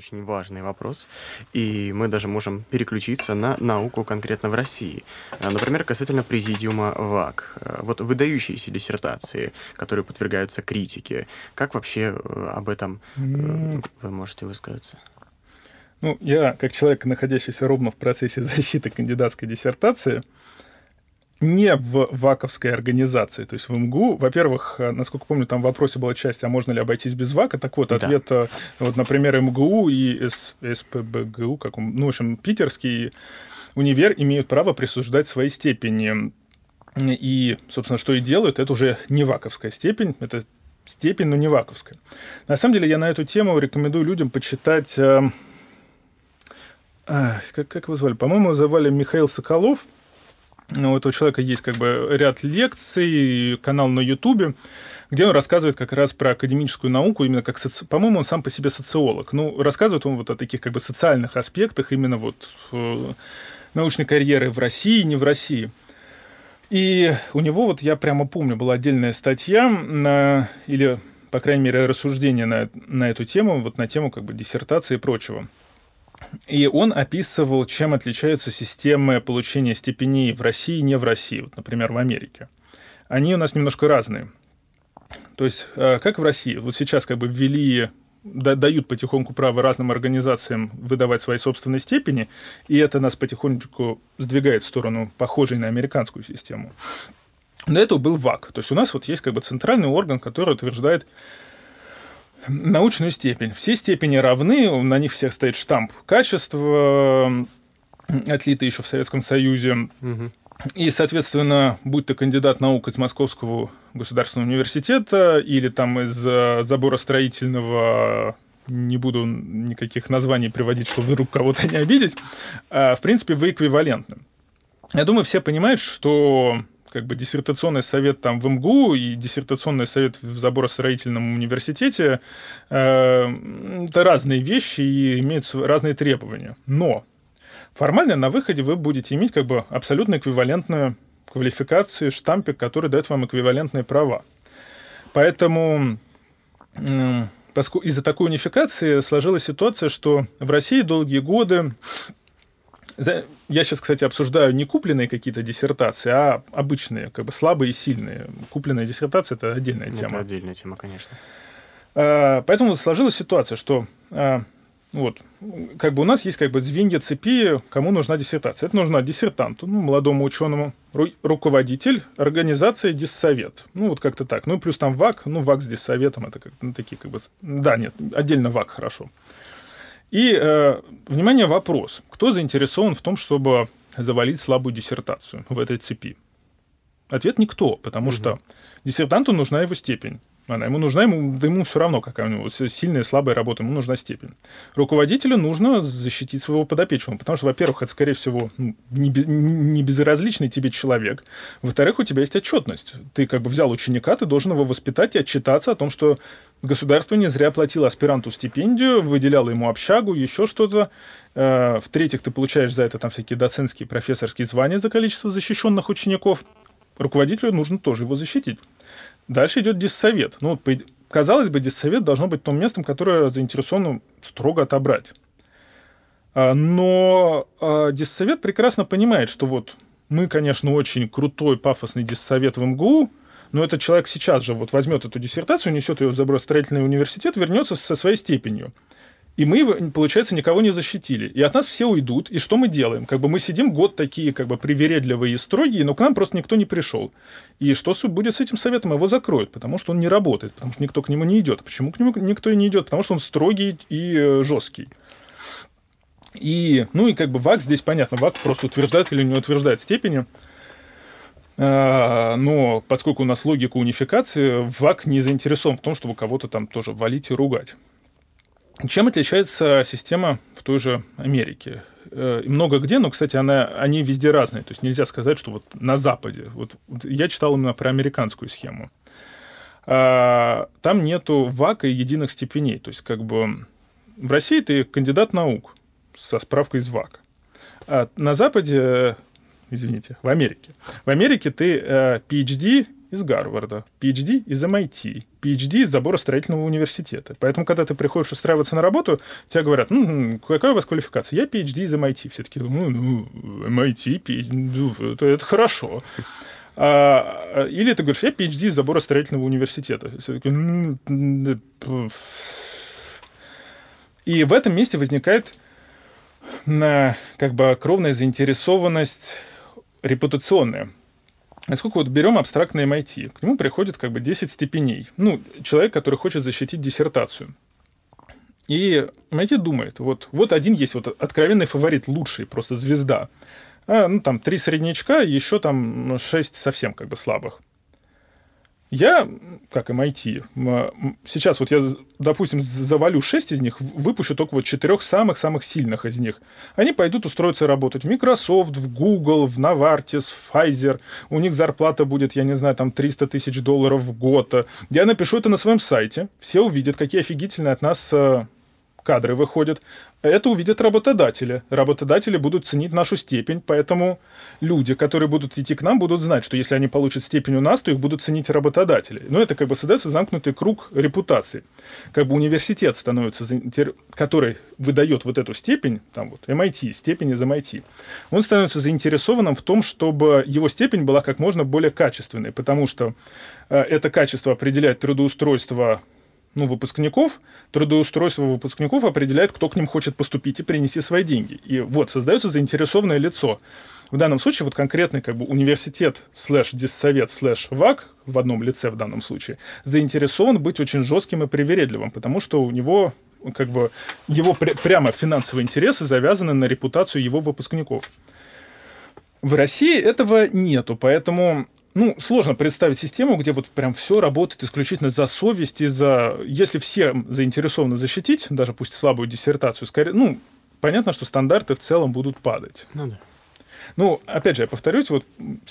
очень важный вопрос, и мы даже можем переключиться на науку конкретно в России. Например, касательно президиума ВАК. Вот выдающиеся диссертации, которые подвергаются критике. Как вообще об этом вы можете высказаться? Ну, я, как человек, находящийся ровно в процессе защиты кандидатской диссертации, не в ВАКовской организации, то есть в МГУ. Во-первых, насколько помню, там в вопросе была часть, а можно ли обойтись без ВАКа. Так вот, ответ, вот, например, МГУ и СПбГУ, в общем, питерский универ имеют право присуждать свои степени. И, собственно, что и делают, это уже не ВАКовская степень, это степень, но не ВАКовская. На самом деле, я на эту тему рекомендую людям почитать... Как его звали? По-моему, его звали Михаил Соколов. У этого человека есть как бы ряд лекций, канал на Ютубе, где он рассказывает как раз про академическую науку, именно как, по-моему, он сам по себе социолог. Ну, рассказывает он вот о таких как бы социальных аспектах именно вот научной карьеры в России, не в России. И у него, вот я прямо помню, была отдельная статья, или, по крайней мере, рассуждение на эту тему, вот на тему как бы диссертации и прочего. И он описывал, чем отличаются системы получения степеней в России и не в России, вот, например, в Америке. Они у нас немножко разные. То есть, как в России, вот сейчас как бы дают потихоньку право разным организациям выдавать свои собственные степени, и это нас потихонечку сдвигает в сторону похожей на американскую систему. До этого был ВАК. То есть у нас вот есть как бы центральный орган, который утверждает научную степень. Все степени равны, на них всех стоит штамп качества, отлитый еще в Советском Союзе. Угу. И, соответственно, будь то кандидат наук из Московского государственного университета или там из заборостроительного, не буду никаких названий приводить, чтобы вдруг кого-то не обидеть, в принципе, вы эквивалентны. Я думаю, все понимают, что как бы диссертационный совет там в МГУ и диссертационный совет в заборостроительном университете это разные вещи и имеют разные требования. Но формально на выходе вы будете иметь как бы абсолютно эквивалентную квалификацию, штампик, который дает вам эквивалентные права. Поэтому из-за такой унификации сложилась ситуация, что в России долгие годы... Я сейчас, кстати, обсуждаю не купленные какие-то диссертации, а обычные, как бы слабые и сильные. Купленная диссертация – это отдельная тема. Это отдельная тема, конечно. Поэтому сложилась ситуация, что вот, как бы у нас есть как бы звенья цепи, кому нужна диссертация. Это нужна диссертанту, молодому ученому, руководитель, организация, диссовет. Ну, вот как-то так. Ну, плюс там ВАК, ВАК с диссоветом, это такие как бы... Да, нет, отдельно ВАК, хорошо. И, внимание, вопрос. Кто заинтересован в том, чтобы завалить слабую диссертацию в этой цепи? Ответ – никто, потому что диссертанту нужна его степень. Она ему нужна, ему все равно, какая у него сильная, слабая работа, ему нужна степень. Руководителю нужно защитить своего подопечного, потому что, во-первых, это, скорее всего, не безразличный тебе человек. Во-вторых, у тебя есть отчетность. Ты как бы взял ученика, ты должен его воспитать и отчитаться о том, что государство не зря платило аспиранту стипендию, выделяло ему общагу, еще что-то. В-третьих, ты получаешь за это там всякие доцентские, профессорские звания за количество защищенных учеников. Руководителю нужно тоже его защитить. Дальше идет диссовет. Ну, казалось бы, диссовет должно быть том местом, которое заинтересовано строго отобрать. Но диссовет прекрасно понимает, что вот мы, конечно, очень крутой, пафосный диссовет в МГУ, но этот человек сейчас же вот возьмет эту диссертацию, несет ее в заборостроительный университет, вернется со своей степенью. И мы, получается, никого не защитили. И от нас все уйдут. И что мы делаем? Как бы мы сидим год такие как бы привередливые и строгие, но к нам просто никто не пришел. И что будет с этим советом? Его закроют, потому что он не работает, потому что никто к нему не идет. Почему к нему никто и не идет? Потому что он строгий и жесткий. И, и как бы ВАК здесь понятно. ВАК просто утверждает или не утверждает степени. Но поскольку у нас логика унификации, ВАК не заинтересован в том, чтобы кого-то там тоже валить и ругать. Чем отличается система в той же Америке? Много где, но, кстати, они везде разные. То есть нельзя сказать, что вот на Западе. Вот я читал именно про американскую схему. Там нету ВАКа и единых степеней. То есть как бы в России ты кандидат наук со справкой из ВАКа. А на Западе, извините, в Америке. В Америке ты PhD из Гарварда, PhD из MIT, PhD из заборостроительного университета. Поэтому, когда ты приходишь устраиваться на работу, тебе говорят, какая у вас квалификация? Я PhD из MIT. Все такие, MIT, PhD, это хорошо. Или ты говоришь, я PhD из заборостроительного университета. Все такие, И в этом месте возникает как бы кровная заинтересованность репутационная. Насколько вот берем абстрактное MIT, к нему приходит как бы 10 степеней. Человек, который хочет защитить диссертацию. И MIT думает, вот один есть вот откровенный фаворит, лучший, просто звезда. Там 3 среднячка, еще там 6 совсем как бы слабых. Я, как MIT, сейчас вот я, допустим, завалю 6 из них, выпущу только вот 4 самых-самых сильных из них. Они пойдут устроиться работать в Microsoft, в Google, в Novartis, в Pfizer. У них зарплата будет, я не знаю, там $300 тысяч в год. Я напишу это на своем сайте. Все увидят, какие офигительные от нас кадры выходят. Это увидят работодатели. Работодатели будут ценить нашу степень, поэтому люди, которые будут идти к нам, будут знать, что если они получат степень у нас, то их будут ценить работодатели. Но это как бы создается замкнутый круг репутации. Как бы университет становится, который выдает вот эту степень, там вот MIT, степень из MIT, он становится заинтересованным в том, чтобы его степень была как можно более качественной, потому что это качество определяет трудоустройство выпускников, трудоустройство выпускников определяет, кто к ним хочет поступить и принести свои деньги. И вот создается заинтересованное лицо. В данном случае вот конкретный как бы университет /диссовет /ВАК в одном лице в данном случае заинтересован быть очень жестким и привередливым, потому что у него как бы его прямо финансовые интересы завязаны на репутацию его выпускников. В России этого нету, поэтому сложно представить систему, где вот прям все работает исключительно за совесть и за... Если все заинтересованы защитить, даже пусть слабую диссертацию, скорее, понятно, что стандарты в целом будут падать. Да. Опять же, я повторюсь, вот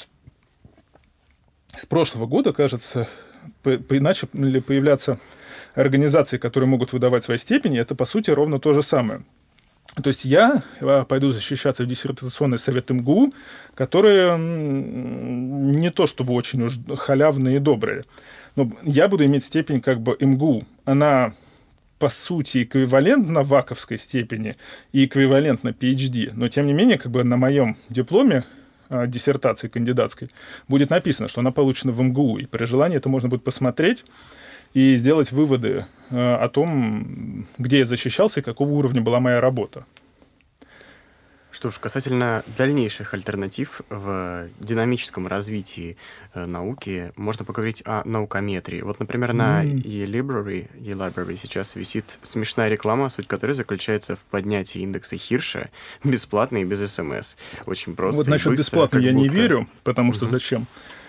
с прошлого года, кажется, начали появляться организации, которые могут выдавать свои степени. Это, по сути, ровно то же самое. То есть я пойду защищаться в диссертационный совет МГУ, которые не то чтобы очень уж халявные и добрые, но я буду иметь степень как бы МГУ. Она, по сути, эквивалентна ваковской степени и эквивалентна PhD, но, тем не менее, как бы на моем дипломе диссертации кандидатской будет написано, что она получена в МГУ, и при желании это можно будет посмотреть и сделать выводы о том, где я защищался и какого уровня была моя работа. Что ж, касательно дальнейших альтернатив в динамическом развитии науки, можно поговорить о наукометрии. Вот, например, на eLibrary сейчас висит смешная реклама, суть которой заключается в поднятии индекса Хирша бесплатно и без СМС. Очень просто. Вот насчет бесплатно я не верю, потому что зачем?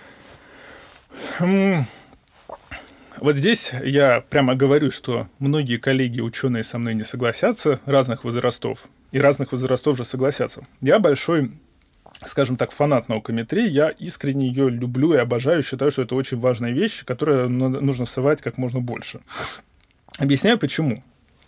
Вот здесь я прямо говорю, что многие коллеги-ученые со мной не согласятся, разных возрастов, и разных возрастов же согласятся. Я большой, скажем так, фанат наукометрии, я искренне ее люблю и обожаю, считаю, что это очень важная вещь, которую нужно всывать как можно больше. Объясняю, почему.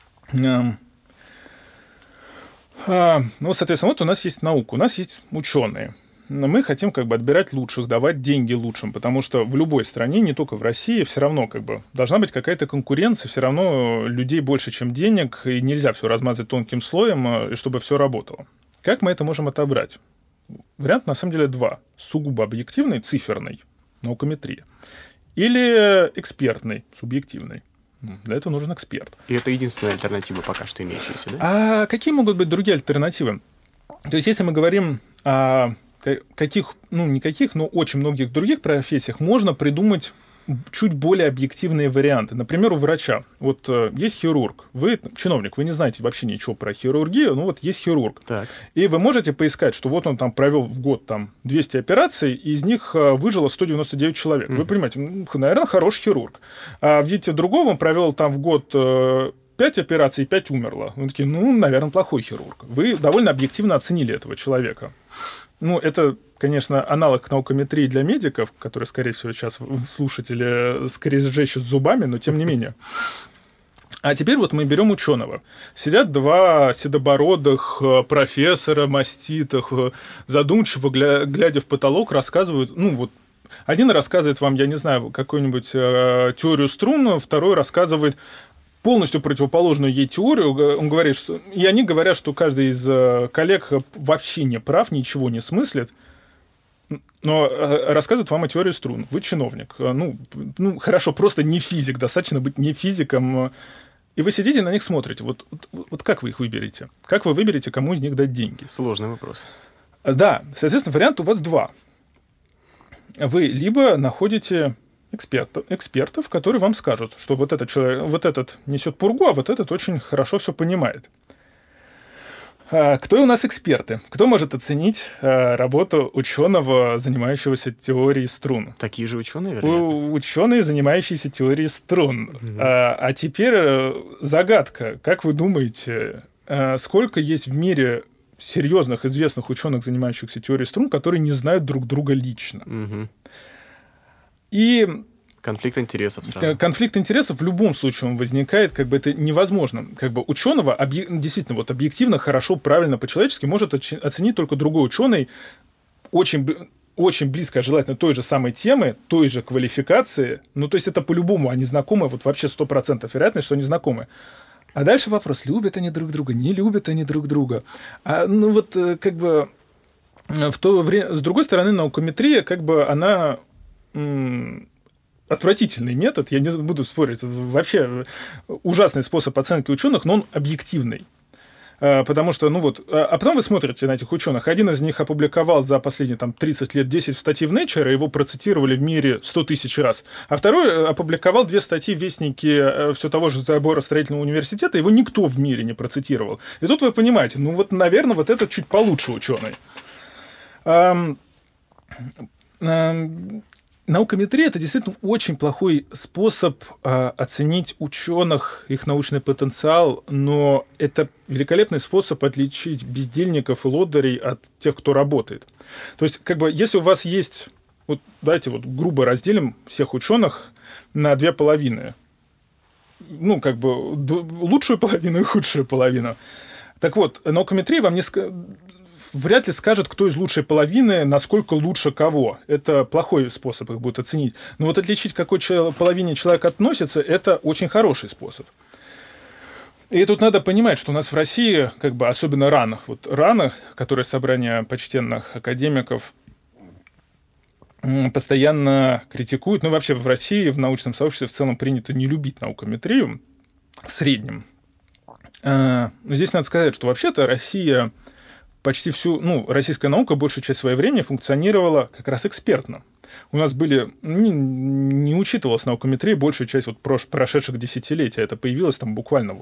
Соответственно, вот у нас есть наука, у нас есть ученые. Мы хотим как бы отбирать лучших, давать деньги лучшим, потому что в любой стране, не только в России, все равно как бы должна быть какая-то конкуренция, все равно людей больше, чем денег, и нельзя все размазать тонким слоем, чтобы все работало. Как мы это можем отобрать? Вариант на самом деле 2. Сугубо объективный, циферный, наукометрия, или экспертный, субъективный. Для этого нужен эксперт. И это единственная альтернатива пока что имеющаяся, да? А какие могут быть другие альтернативы? То есть если мы говорим о никаких, но очень многих других профессиях, можно придумать чуть более объективные варианты. Например, у врача. Вот есть хирург. Вы чиновник, вы не знаете вообще ничего про хирургию, но вот есть хирург. Так. И вы можете поискать, что вот он там провел в год 200 операций, и из них выжило 199 человек. Вы понимаете, наверное, хороший хирург. А видите, другого он провел в год 5 операций, 5 умерло. Вы такие, наверное, плохой хирург. Вы довольно объективно оценили этого человека. Это, конечно, аналог наукометрии для медиков, который, скорее всего, сейчас слушатели скрежещут зубами, но тем не менее. А теперь вот мы берем ученого. Сидят 2 седобородых профессора маститых, задумчиво, глядя в потолок, рассказывают, один рассказывает вам, я не знаю, какую-нибудь теорию струн, второй рассказывает полностью противоположную ей теорию. Он говорит, что... И они говорят, что каждый из коллег вообще не прав, ничего не смыслит, но рассказывают вам о теории струн. Вы чиновник. Ну, хорошо, просто не физик. Достаточно быть не физиком. И вы сидите на них смотрите. Вот как вы их выберете? Как вы выберете, кому из них дать деньги? Сложный вопрос. Да, соответственно, вариант у вас два. Вы либо находите экспертов, которые вам скажут, что вот этот человек, вот этот несет пургу, а вот этот очень хорошо все понимает. Кто у нас эксперты? Кто может оценить работу ученого, занимающегося теорией струн? Такие же ученые, вероятно? Ученые, занимающиеся теорией струн. А теперь загадка. Как вы думаете, сколько есть в мире серьезных, известных ученых, занимающихся теорией струн, которые не знают друг друга лично? И... Конфликт интересов сразу. Конфликт интересов в любом случае он возникает, как бы это невозможно. Как бы ученого действительно вот объективно, хорошо, правильно, по-человечески может оценить только другой ученый очень, очень близко, желательно той же самой темы, той же квалификации. Ну, то есть это по-любому они знакомы, вот вообще 100% вероятность, что они знакомы. А дальше вопрос, любят они друг друга, не любят они друг друга. Ну вот как бы в то время, с другой стороны, наукометрия, как бы она... отвратительный метод, я не буду спорить, вообще ужасный способ оценки ученых, но он объективный. Потому что, а потом вы смотрите на этих ученых. Один из них опубликовал за последние 30 лет 10 статей в Nature, его процитировали в мире 100 тысяч раз. А второй опубликовал 2 статьи в Вестнике все того же Забора-строительного университета, его никто в мире не процитировал. И тут вы понимаете, наверное, вот этот чуть получше ученый. Наукометрия — это действительно очень плохой способ оценить ученых, их научный потенциал, но это великолепный способ отличить бездельников и лодырей от тех, кто работает. То есть, как бы, если у вас есть... Вот давайте грубо разделим всех ученых на 2 половины. Ну, как бы, лучшую половину и худшую половину. Так вот, наукометрия вам вряд ли скажет, кто из лучшей половины, насколько лучше кого. Это плохой способ их будет оценить. Но вот отличить, к какой половине человек относится, это очень хороший способ. И тут надо понимать, что у нас в России, как бы особенно РАН, которое собрание почтенных академиков, постоянно критикуют. Ну, вообще в России, в научном сообществе в целом принято не любить наукометрию в среднем. Но здесь надо сказать, что вообще-то Россия... Почти российская наука большую часть своего времени функционировала как раз экспертно. У нас не учитывалась наукометрия большую часть прошедших десятилетий. Это появилось буквально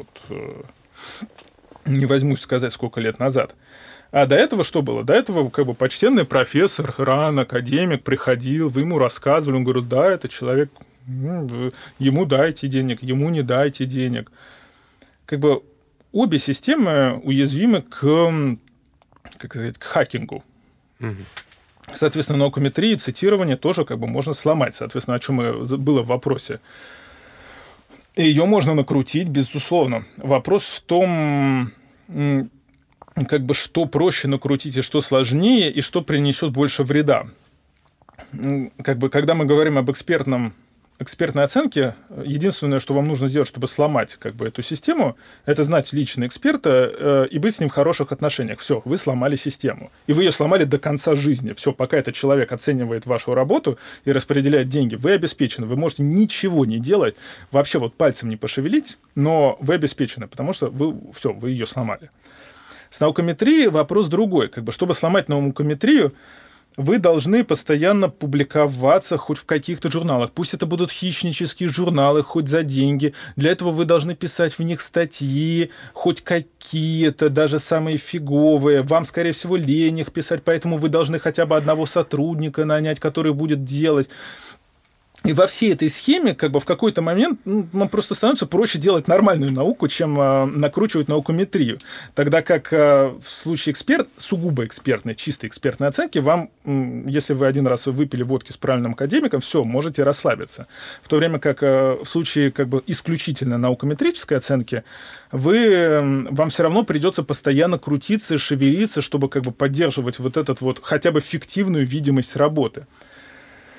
не возьмусь сказать, сколько лет назад. А до этого что было? До этого как бы почтенный профессор, РАН, академик приходил, вы ему рассказывали, он говорит, да, это человек, ему дайте денег, ему не дайте денег. Как бы обе системы уязвимы к хакингу. Соответственно, наукометрию, цитирование тоже как бы можно сломать. Соответственно, о чем было в вопросе. И ее можно накрутить, безусловно. Вопрос в том, как бы, что проще накрутить и что сложнее, и что принесет больше вреда. Как бы, когда мы говорим об экспертной оценке, единственное, что вам нужно сделать, чтобы сломать как бы эту систему, это знать лично эксперта и быть с ним в хороших отношениях. Все, вы сломали систему. И вы ее сломали до конца жизни. Все, пока этот человек оценивает вашу работу и распределяет деньги, вы обеспечены. Вы можете ничего не делать, вообще пальцем не пошевелить, но вы обеспечены, потому что вы ее сломали. С наукометрией вопрос другой. Как бы, чтобы сломать наукометрию, вы должны постоянно публиковаться хоть в каких-то журналах. Пусть это будут хищнические журналы, хоть за деньги. Для этого вы должны писать в них статьи, хоть какие-то, даже самые фиговые. Вам, скорее всего, лень их писать, поэтому вы должны хотя бы одного сотрудника нанять, который будет делать. И во всей этой схеме, как бы, в какой-то момент вам просто становится проще делать нормальную науку, чем накручивать наукометрию. Тогда как в случае сугубо экспертной, чистой экспертной оценки, вам, если вы один раз выпили водки с правильным академиком, все, можете расслабиться. В то время как в случае как бы исключительно наукометрической оценки, вам все равно придется постоянно крутиться, шевелиться, чтобы как бы поддерживать вот этот хотя бы фиктивную видимость работы.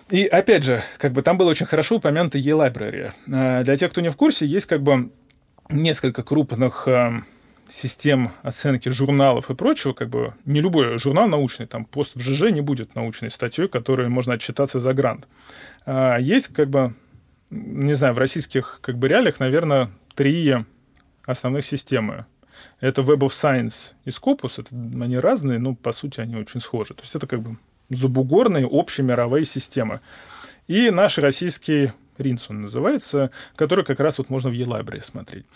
И опять же, как бы там было очень хорошо упомянуто e-library. Для тех, кто не в курсе, есть как бы несколько крупных систем оценки журналов и прочего, как бы не любой журнал научный, там пост в ЖЖ не будет научной статьей, которой можно отчитаться за грант. Есть как бы, не знаю, в российских как бы реалиях, наверное, 3 основных системы. Это Web of Science и Scopus, они разные, но по сути они очень схожи. То есть это как бы забугорные общемировые системы. И наш российский РИНС, он называется, который как раз вот можно в e-library смотреть.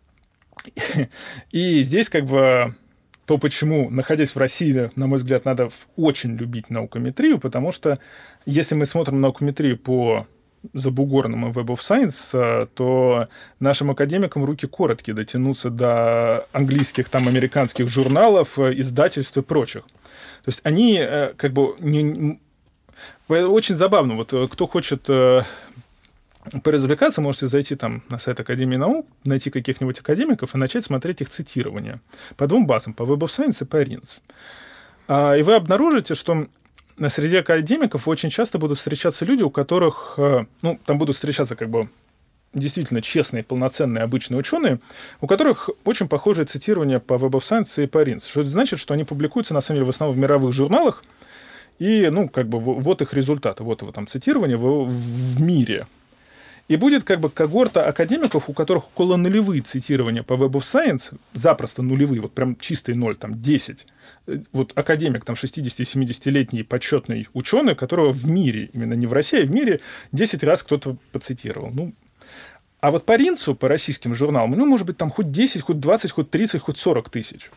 И здесь как бы то, почему, находясь в России, на мой взгляд, надо очень любить наукометрию, потому что если мы смотрим наукометрию по забугорному Web of Science, то нашим академикам руки короткие дотянуться до английских, там, американских журналов, издательств и прочих. То есть они как бы очень забавно. Вот кто хочет поразвлекаться, можете зайти там на сайт Академии наук, найти каких-нибудь академиков и начать смотреть их цитирования по 2 базам, по Web of Science и по РИНС. И вы обнаружите, что среди академиков очень часто будут встречаться люди, у которых, ну, там будут встречаться как бы действительно честные, полноценные, обычные ученые, у которых очень похожие цитирования по Web of Science и по РИНС. Что это значит, что они публикуются, на самом деле, в основном в мировых журналах, и, ну, как бы вот их результаты, вот его там цитирование в мире. И будет как бы когорта академиков, у которых около нулевые цитирования по Web of Science, запросто нулевые, вот прям чистый ноль, там 10. Вот академик, там 60-70-летний почетный ученый, которого в мире, именно не в России, а в мире 10 раз кто-то поцитировал. Ну, а вот по РИНСу, по российским журналам, ну, может быть, там хоть 10, хоть 20, хоть 30, хоть 40 тысяч.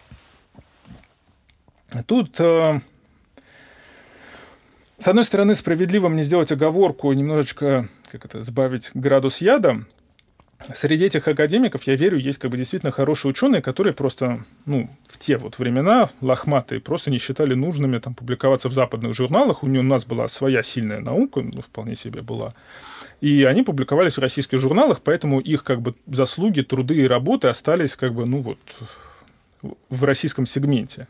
Тут... С одной стороны, справедливо мне сделать оговорку, немножечко, сбавить градус яда. Среди этих академиков, я верю, есть как бы действительно хорошие ученые, которые просто, ну, в те вот времена лохматые просто не считали нужными там публиковаться в западных журналах. У нас была своя сильная наука, ну, вполне себе была. И они публиковались в российских журналах, поэтому их как бы заслуги, труды и работы остались как бы, ну, вот в российском сегменте.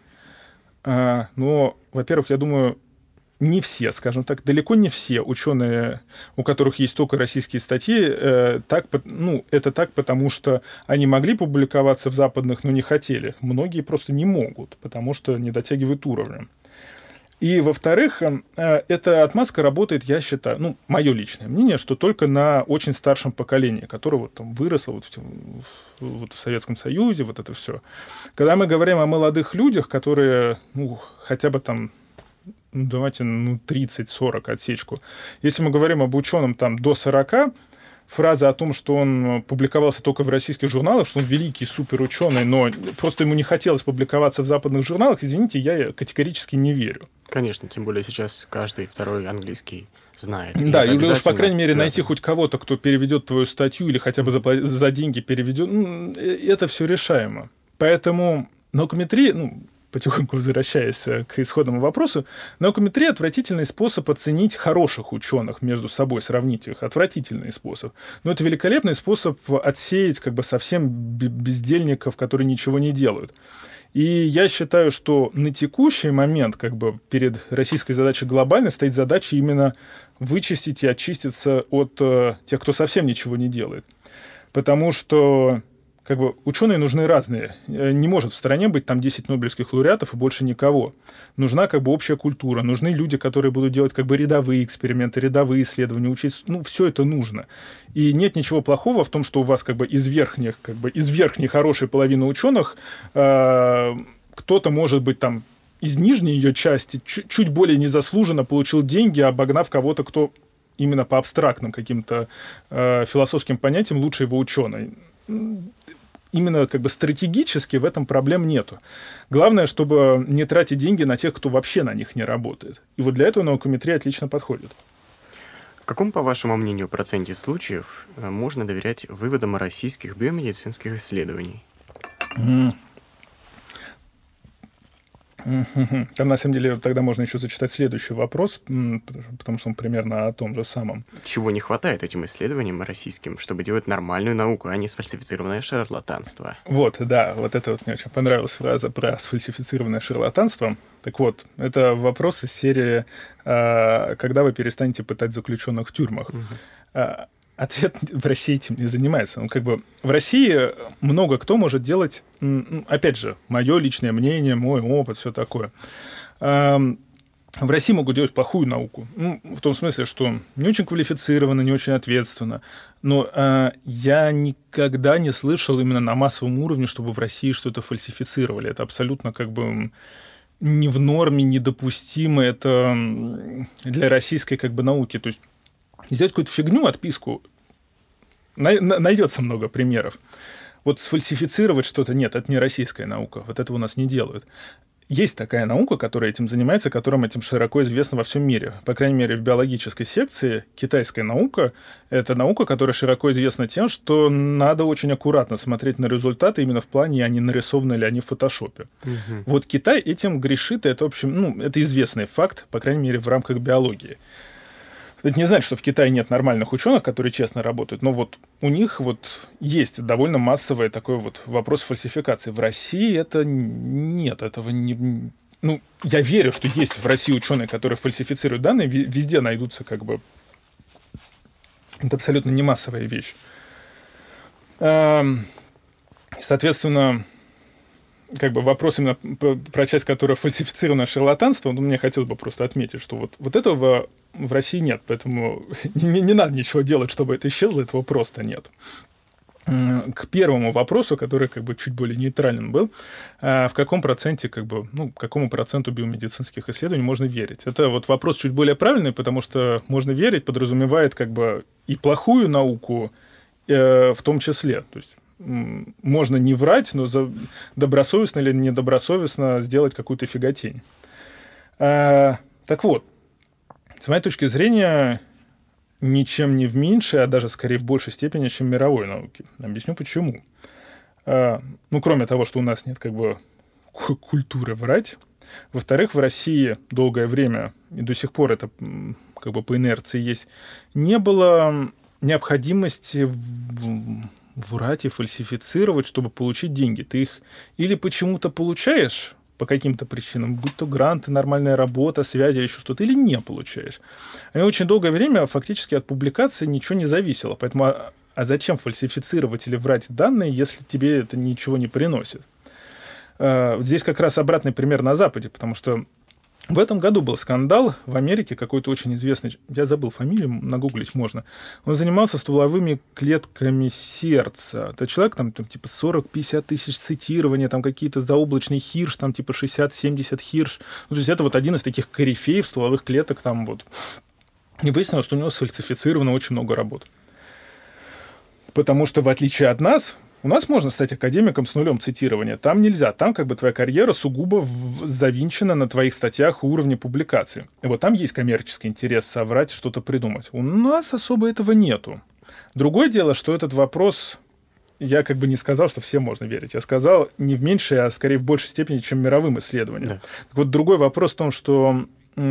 Но, во-первых, я думаю, не все, скажем так, далеко не все ученые, у которых есть только российские статьи, это так, потому что они могли публиковаться в западных, но не хотели. Многие просто не могут, потому что не дотягивают уровня. И, во-вторых, эта отмазка работает, я считаю, ну, мое личное мнение, что только на очень старшем поколении, которое вот там выросло вот в Советском Союзе, вот это все. Когда мы говорим о молодых людях, которые, ну, хотя бы там, давайте, 30-40 отсечку. Если мы говорим об ученом там до 40, фраза о том, что он публиковался только в российских журналах, что он великий суперученый, но просто ему не хотелось публиковаться в западных журналах, извините, я категорически не верю. Конечно, тем более сейчас каждый второй английский знает. Да, или уж, по крайней мере, найти хоть кого-то, кто переведет твою статью или хотя бы за деньги переведет, это все решаемо. Поэтому наукометрия, потихоньку возвращаясь к исходному вопросу, наукометрия — отвратительный способ оценить хороших ученых между собой, сравнить их. Отвратительный способ. Но это великолепный способ отсеять как бы совсем бездельников, которые ничего не делают. И я считаю, что на текущий момент как бы перед российской задачей глобальной стоит задача именно вычистить и очиститься от тех, кто совсем ничего не делает. Потому что как бы ученые нужны разные. Не может в стране быть там 10 нобелевских лауреатов и больше никого. Нужна как бы общая культура. Нужны люди, которые будут делать как бы рядовые эксперименты, рядовые исследования, учиться. Все это нужно. И нет ничего плохого в том, что у вас как бы из верхней хорошей половины ученых кто-то, может быть, там из нижней ее части чуть более незаслуженно получил деньги, обогнав кого-то, кто именно по абстрактным каким-то философским понятиям лучше его ученый. Именно как бы стратегически в этом проблем нету. Главное, чтобы не тратить деньги на тех, кто вообще на них не работает. И вот для этого наукометрия отлично подходит. В каком, по вашему мнению, проценте случаев можно доверять выводам российских биомедицинских исследований? Там, на самом деле, тогда можно еще зачитать следующий вопрос, потому что он примерно о том же самом. Чего не хватает этим исследованиям российским, чтобы делать нормальную науку, а не сфальсифицированное шарлатанство? Вот, да, вот это вот мне очень понравилась фраза про сфальсифицированное шарлатанство. Так вот, это вопрос из серии «Когда вы перестанете пытать заключенных в тюрьмах?». Ответ: в России этим не занимается. Ну, как бы в России много кто может делать, опять же, мое личное мнение, мой опыт, все такое. В России могут делать плохую науку. Ну, в том смысле, что не очень квалифицированно, не очень ответственно. Но я никогда не слышал именно на массовом уровне, чтобы в России что-то фальсифицировали. Это абсолютно как бы не в норме, недопустимо. Это для российской как бы науки. То есть сделать какую-то фигню, отписку, найдется много примеров. Вот сфальсифицировать что-то нет, это не российская наука. Вот этого у нас не делают. Есть такая наука, которая этим занимается, которым этим широко известно во всем мире. По крайней мере, в биологической секции китайская наука — это наука, которая широко известна тем, что надо очень аккуратно смотреть на результаты именно в плане, они нарисованы ли они в фотошопе. Вот Китай этим грешит, и это, в общем, это известный факт, по крайней мере, в рамках биологии. Это не значит, что в Китае нет нормальных ученых, которые честно работают, но вот у них вот есть довольно массовый такой вот вопрос фальсификации. В России это нет, этого не... Ну, я верю, что есть в России ученые, которые фальсифицируют данные, везде найдутся как бы... Это абсолютно не массовая вещь. Соответственно, как бы вопрос именно про часть, которая фальсифицировано шарлатанство, мне хотелось бы просто отметить, что вот этого в России нет, поэтому не надо ничего делать, чтобы это исчезло, этого просто нет. К первому вопросу, который как бы чуть более нейтрален был, в каком проценте, как бы, какому проценту биомедицинских исследований можно верить? Это вот вопрос чуть более правильный, потому что можно верить подразумевает как бы и плохую науку в том числе, то есть можно не врать, но добросовестно или недобросовестно сделать какую-то фиготень. Так вот, с моей точки зрения, ничем не в меньшей, а даже скорее в большей степени, чем в мировой науке. Объясню почему. Кроме того, что у нас нет как бы культуры врать. Во-вторых, в России долгое время, и до сих пор это как бы по инерции есть, не было необходимости врать и фальсифицировать, чтобы получить деньги. Ты их или почему-то получаешь по каким-то причинам, будь то гранты, нормальная работа, связи или еще что-то, или не получаешь. И очень долгое время фактически от публикации ничего не зависело. Поэтому зачем фальсифицировать или врать данные, если тебе это ничего не приносит? Здесь как раз обратный пример на Западе, потому что в этом году был скандал в Америке, какой-то очень известный, я забыл фамилию, нагуглить можно. Он занимался стволовыми клетками сердца. Это человек, там типа 40-50 тысяч цитирований, там какие-то заоблачный хирш, там типа 60-70 хирш. То есть это вот один из таких корифеев стволовых клеток там вот. И выяснилось, что у него сфальсифицировано очень много работ. Потому что, в отличие от нас, у нас можно стать академиком с нулем цитирования. Там нельзя. Там как бы твоя карьера сугубо завинчена на твоих статьях уровня публикации. И вот там есть коммерческий интерес соврать, что-то придумать. У нас особо этого нету. Другое дело, что этот вопрос... Я как бы не сказал, что всем можно верить. Я сказал не в меньшей, а скорее в большей степени, чем мировым исследованиям. Да. Так вот, другой вопрос в том, что...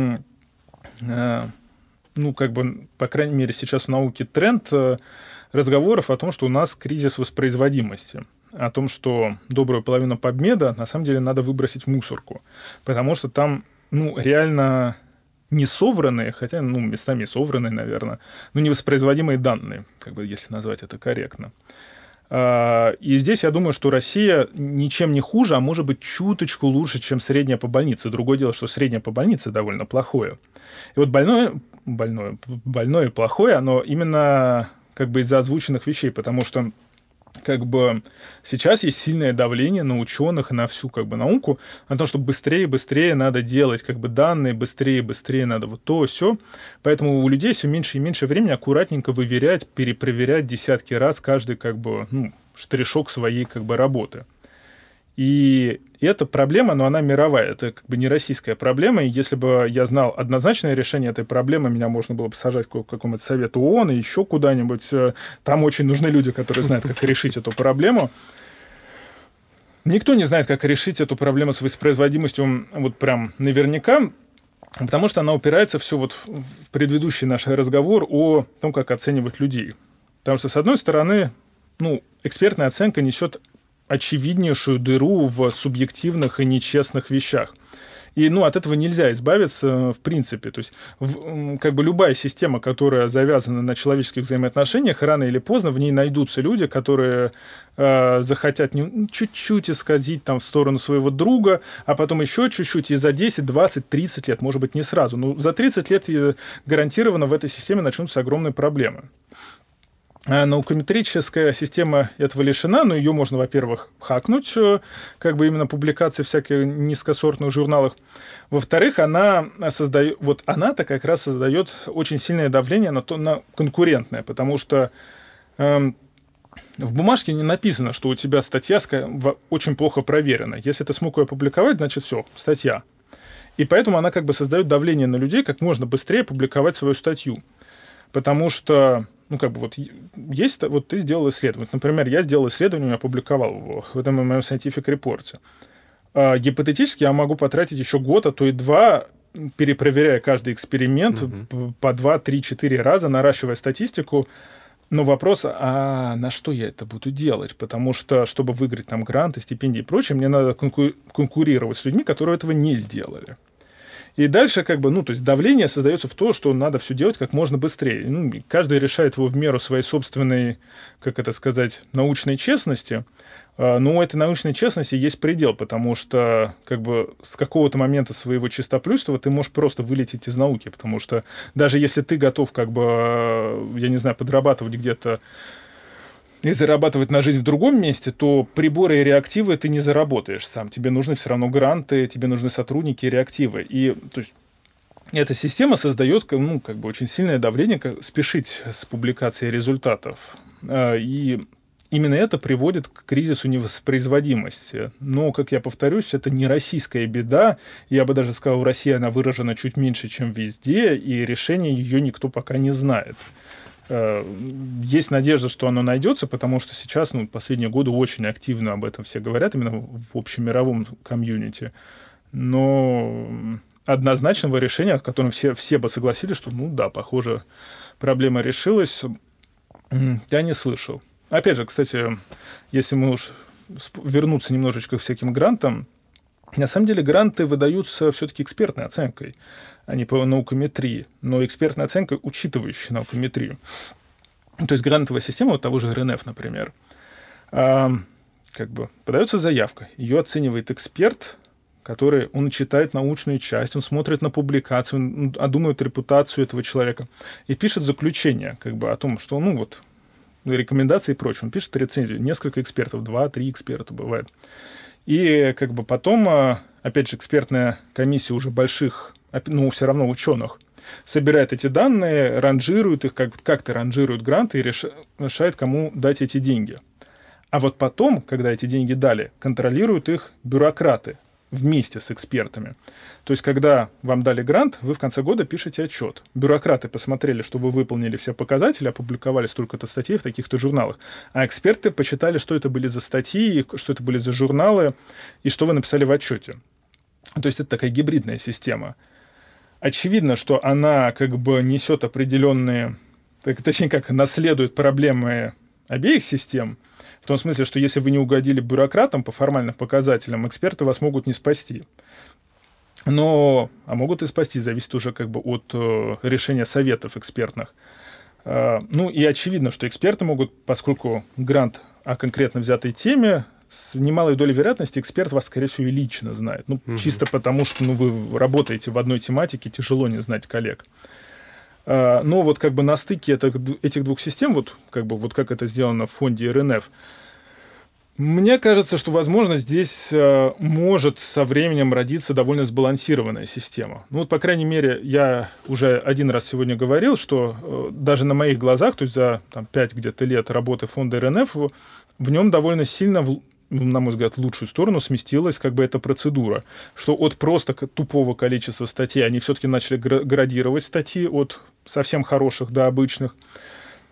как бы, по крайней мере, сейчас в науке тренд разговоров о том, что у нас кризис воспроизводимости, о том, что добрую половину PubMed на самом деле надо выбросить в мусорку, потому что там, реально не совранные, хотя, местами совранные, наверное, но невоспроизводимые данные, как бы, если назвать это корректно. И здесь я думаю, что Россия ничем не хуже, а может быть чуточку лучше, чем средняя по больнице. Другое дело, что средняя по больнице довольно плохое. И вот больное и плохое, оно именно как бы из-за озвученных вещей, потому что как бы сейчас есть сильное давление на ученых и на всю как бы науку, на то, что быстрее и быстрее надо делать как бы данные, быстрее и быстрее надо вот то, сё. Поэтому у людей все меньше и меньше времени аккуратненько выверять, перепроверять десятки раз каждый как бы штришок своей как бы работы. И эта проблема, но она мировая, это как бы не российская проблема, и если бы я знал однозначное решение этой проблемы, меня можно было бы сажать к какому-то совету ООН и еще куда-нибудь. Там очень нужны люди, которые знают, как решить эту проблему. Никто не знает, как решить эту проблему с воспроизводимостью вот прям наверняка, потому что она упирается все вот в предыдущий наш разговор о том, как оценивать людей. Потому что, с одной стороны, экспертная оценка несет очевиднейшую дыру в субъективных и нечестных вещах. И от этого нельзя избавиться в принципе. То есть как бы любая система, которая завязана на человеческих взаимоотношениях, рано или поздно в ней найдутся люди, которые захотят чуть-чуть исказить там в сторону своего друга, а потом еще чуть-чуть, и за 10, 20, 30 лет, может быть, не сразу. Но за 30 лет гарантированно в этой системе начнутся огромные проблемы. Наукометрическая система этого лишена, но ее можно, во-первых, хакнуть, как бы именно публикации в всяких низкосортных журналах. Во-вторых, она-то как раз создает очень сильное давление на конкурентное, потому что в бумажке не написано, что у тебя статья очень плохо проверена. Если ты смог ее опубликовать, значит все, статья. И поэтому она как бы создает давление на людей, как можно быстрее публиковать свою статью. Потому что ты сделал исследование. Например, я сделал исследование, опубликовал его в этом моем scientific report. Гипотетически я могу потратить еще год, а то и 2, перепроверяя каждый эксперимент по 2, 3, 4 раза, наращивая статистику. Но вопрос, а на что я это буду делать? Потому что, чтобы выиграть там гранты, стипендии и прочее, мне надо конкурировать с людьми, которые этого не сделали. И дальше то есть давление создается в то, что надо все делать как можно быстрее. Каждый решает его в меру своей собственной, научной честности. Но у этой научной честности есть предел, потому что с какого-то момента своего чистоплюйства ты можешь просто вылететь из науки, потому что даже если ты готов, подрабатывать где-то и зарабатывать на жизнь в другом месте, то приборы и реактивы ты не заработаешь сам. Тебе нужны все равно гранты, тебе нужны сотрудники и реактивы. И то есть эта система создает очень сильное давление спешить с публикацией результатов. И именно это приводит к кризису невоспроизводимости. Но, как я повторюсь, это не российская беда. Я бы даже сказал, в России она выражена чуть меньше, чем везде, и решение ее никто пока не знает. Есть надежда, что оно найдется, потому что сейчас, последние годы очень активно об этом все говорят, именно в общемировом комьюнити. Но однозначного решения, о котором все бы согласились, что, похоже, проблема решилась, я не слышал. Опять же, кстати, если мы уж вернуться немножечко к всяким грантам, на самом деле гранты выдаются все-таки экспертной оценкой, а не по наукометрии, но экспертной оценкой, учитывающей наукометрию. То есть грантовая система того же РНФ, например, подается заявка, ее оценивает эксперт, он читает научную часть, он смотрит на публикацию, он обдумывает репутацию этого человека и пишет заключение о том, что рекомендации и прочее. Он пишет рецензию. Несколько экспертов, 2-3 эксперта бывает. И потом, опять же, экспертная комиссия уже больших, все равно ученых, собирает эти данные, ранжирует их, как-то ранжирует гранты и решает, кому дать эти деньги. А вот потом, когда эти деньги дали, контролируют их бюрократы вместе с экспертами. То есть, когда вам дали грант, вы в конце года пишете отчет. Бюрократы посмотрели, что вы выполнили все показатели, опубликовали столько-то статей в таких-то журналах, а эксперты посчитали, что это были за статьи, что это были за журналы, и что вы написали в отчете. То есть, это такая гибридная система. Очевидно, что она несет определенные, наследует проблемы обеих систем, в том смысле, что если вы не угодили бюрократам по формальным показателям, эксперты вас могут не спасти. А могут и спасти, зависит уже от решения советов экспертных. И очевидно, что эксперты могут, поскольку грант о конкретно взятой теме, с немалой долей вероятности эксперт вас, скорее всего, и лично знает. Чисто потому, что вы работаете в одной тематике, тяжело не знать коллег. Но на стыке этих двух систем, как это сделано в фонде РНФ, мне кажется, что, возможно, здесь может со временем родиться довольно сбалансированная система. По крайней мере, я уже один раз сегодня говорил, что даже на моих глазах, то есть за 5 где-то лет работы фонда РНФ, в нем довольно сильно, на мой взгляд, в лучшую сторону сместилась эта процедура, что от просто тупого количества статей они все-таки начали градировать статьи от совсем хороших до обычных.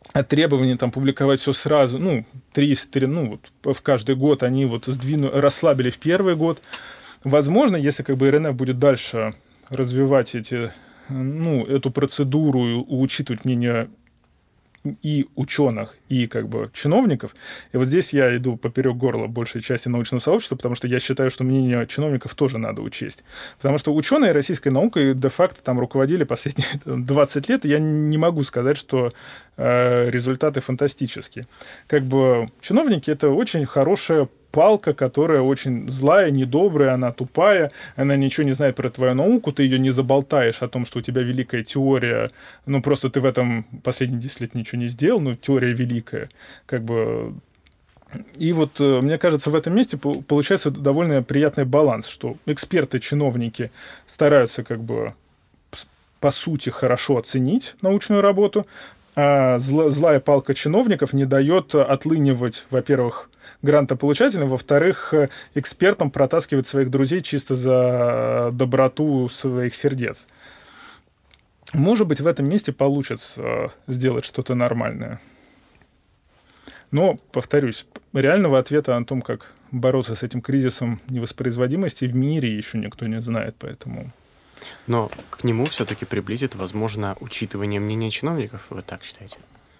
требования там публиковать все сразу, ну, 300, ну, вот в каждый год они вот расслабили в первый год. Возможно, если как бы РНФ будет дальше развивать эту процедуру и учитывать мнение и ученых, и как бы чиновников. И вот здесь я иду поперек горла большей части научного сообщества, потому что я считаю, что мнение чиновников тоже надо учесть. Потому что ученые российской наукой де-факто там руководили последние 20 лет, и я не могу сказать, что результаты фантастические. Как бы чиновники — это очень хорошая палка, которая очень злая, недобрая, она тупая, она ничего не знает про твою науку, ты ее не заболтаешь о том, что у тебя великая теория, ну, просто ты в этом последние 10 лет ничего не сделал, но теория великая, как бы... И вот, мне кажется, в этом месте получается довольно приятный баланс, что эксперты, чиновники стараются как бы по сути хорошо оценить научную работу, а злая палка чиновников не дает отлынивать, во-первых, грантополучателям, во-вторых, экспертам протаскивать своих друзей чисто за доброту своих сердец. Может быть, в этом месте получится сделать что-то нормальное. Но, повторюсь, реального ответа о том, как бороться с этим кризисом невоспроизводимости в мире еще никто не знает, поэтому... Но к нему все-таки приблизит, возможно, учитывание мнения чиновников, вы так считаете?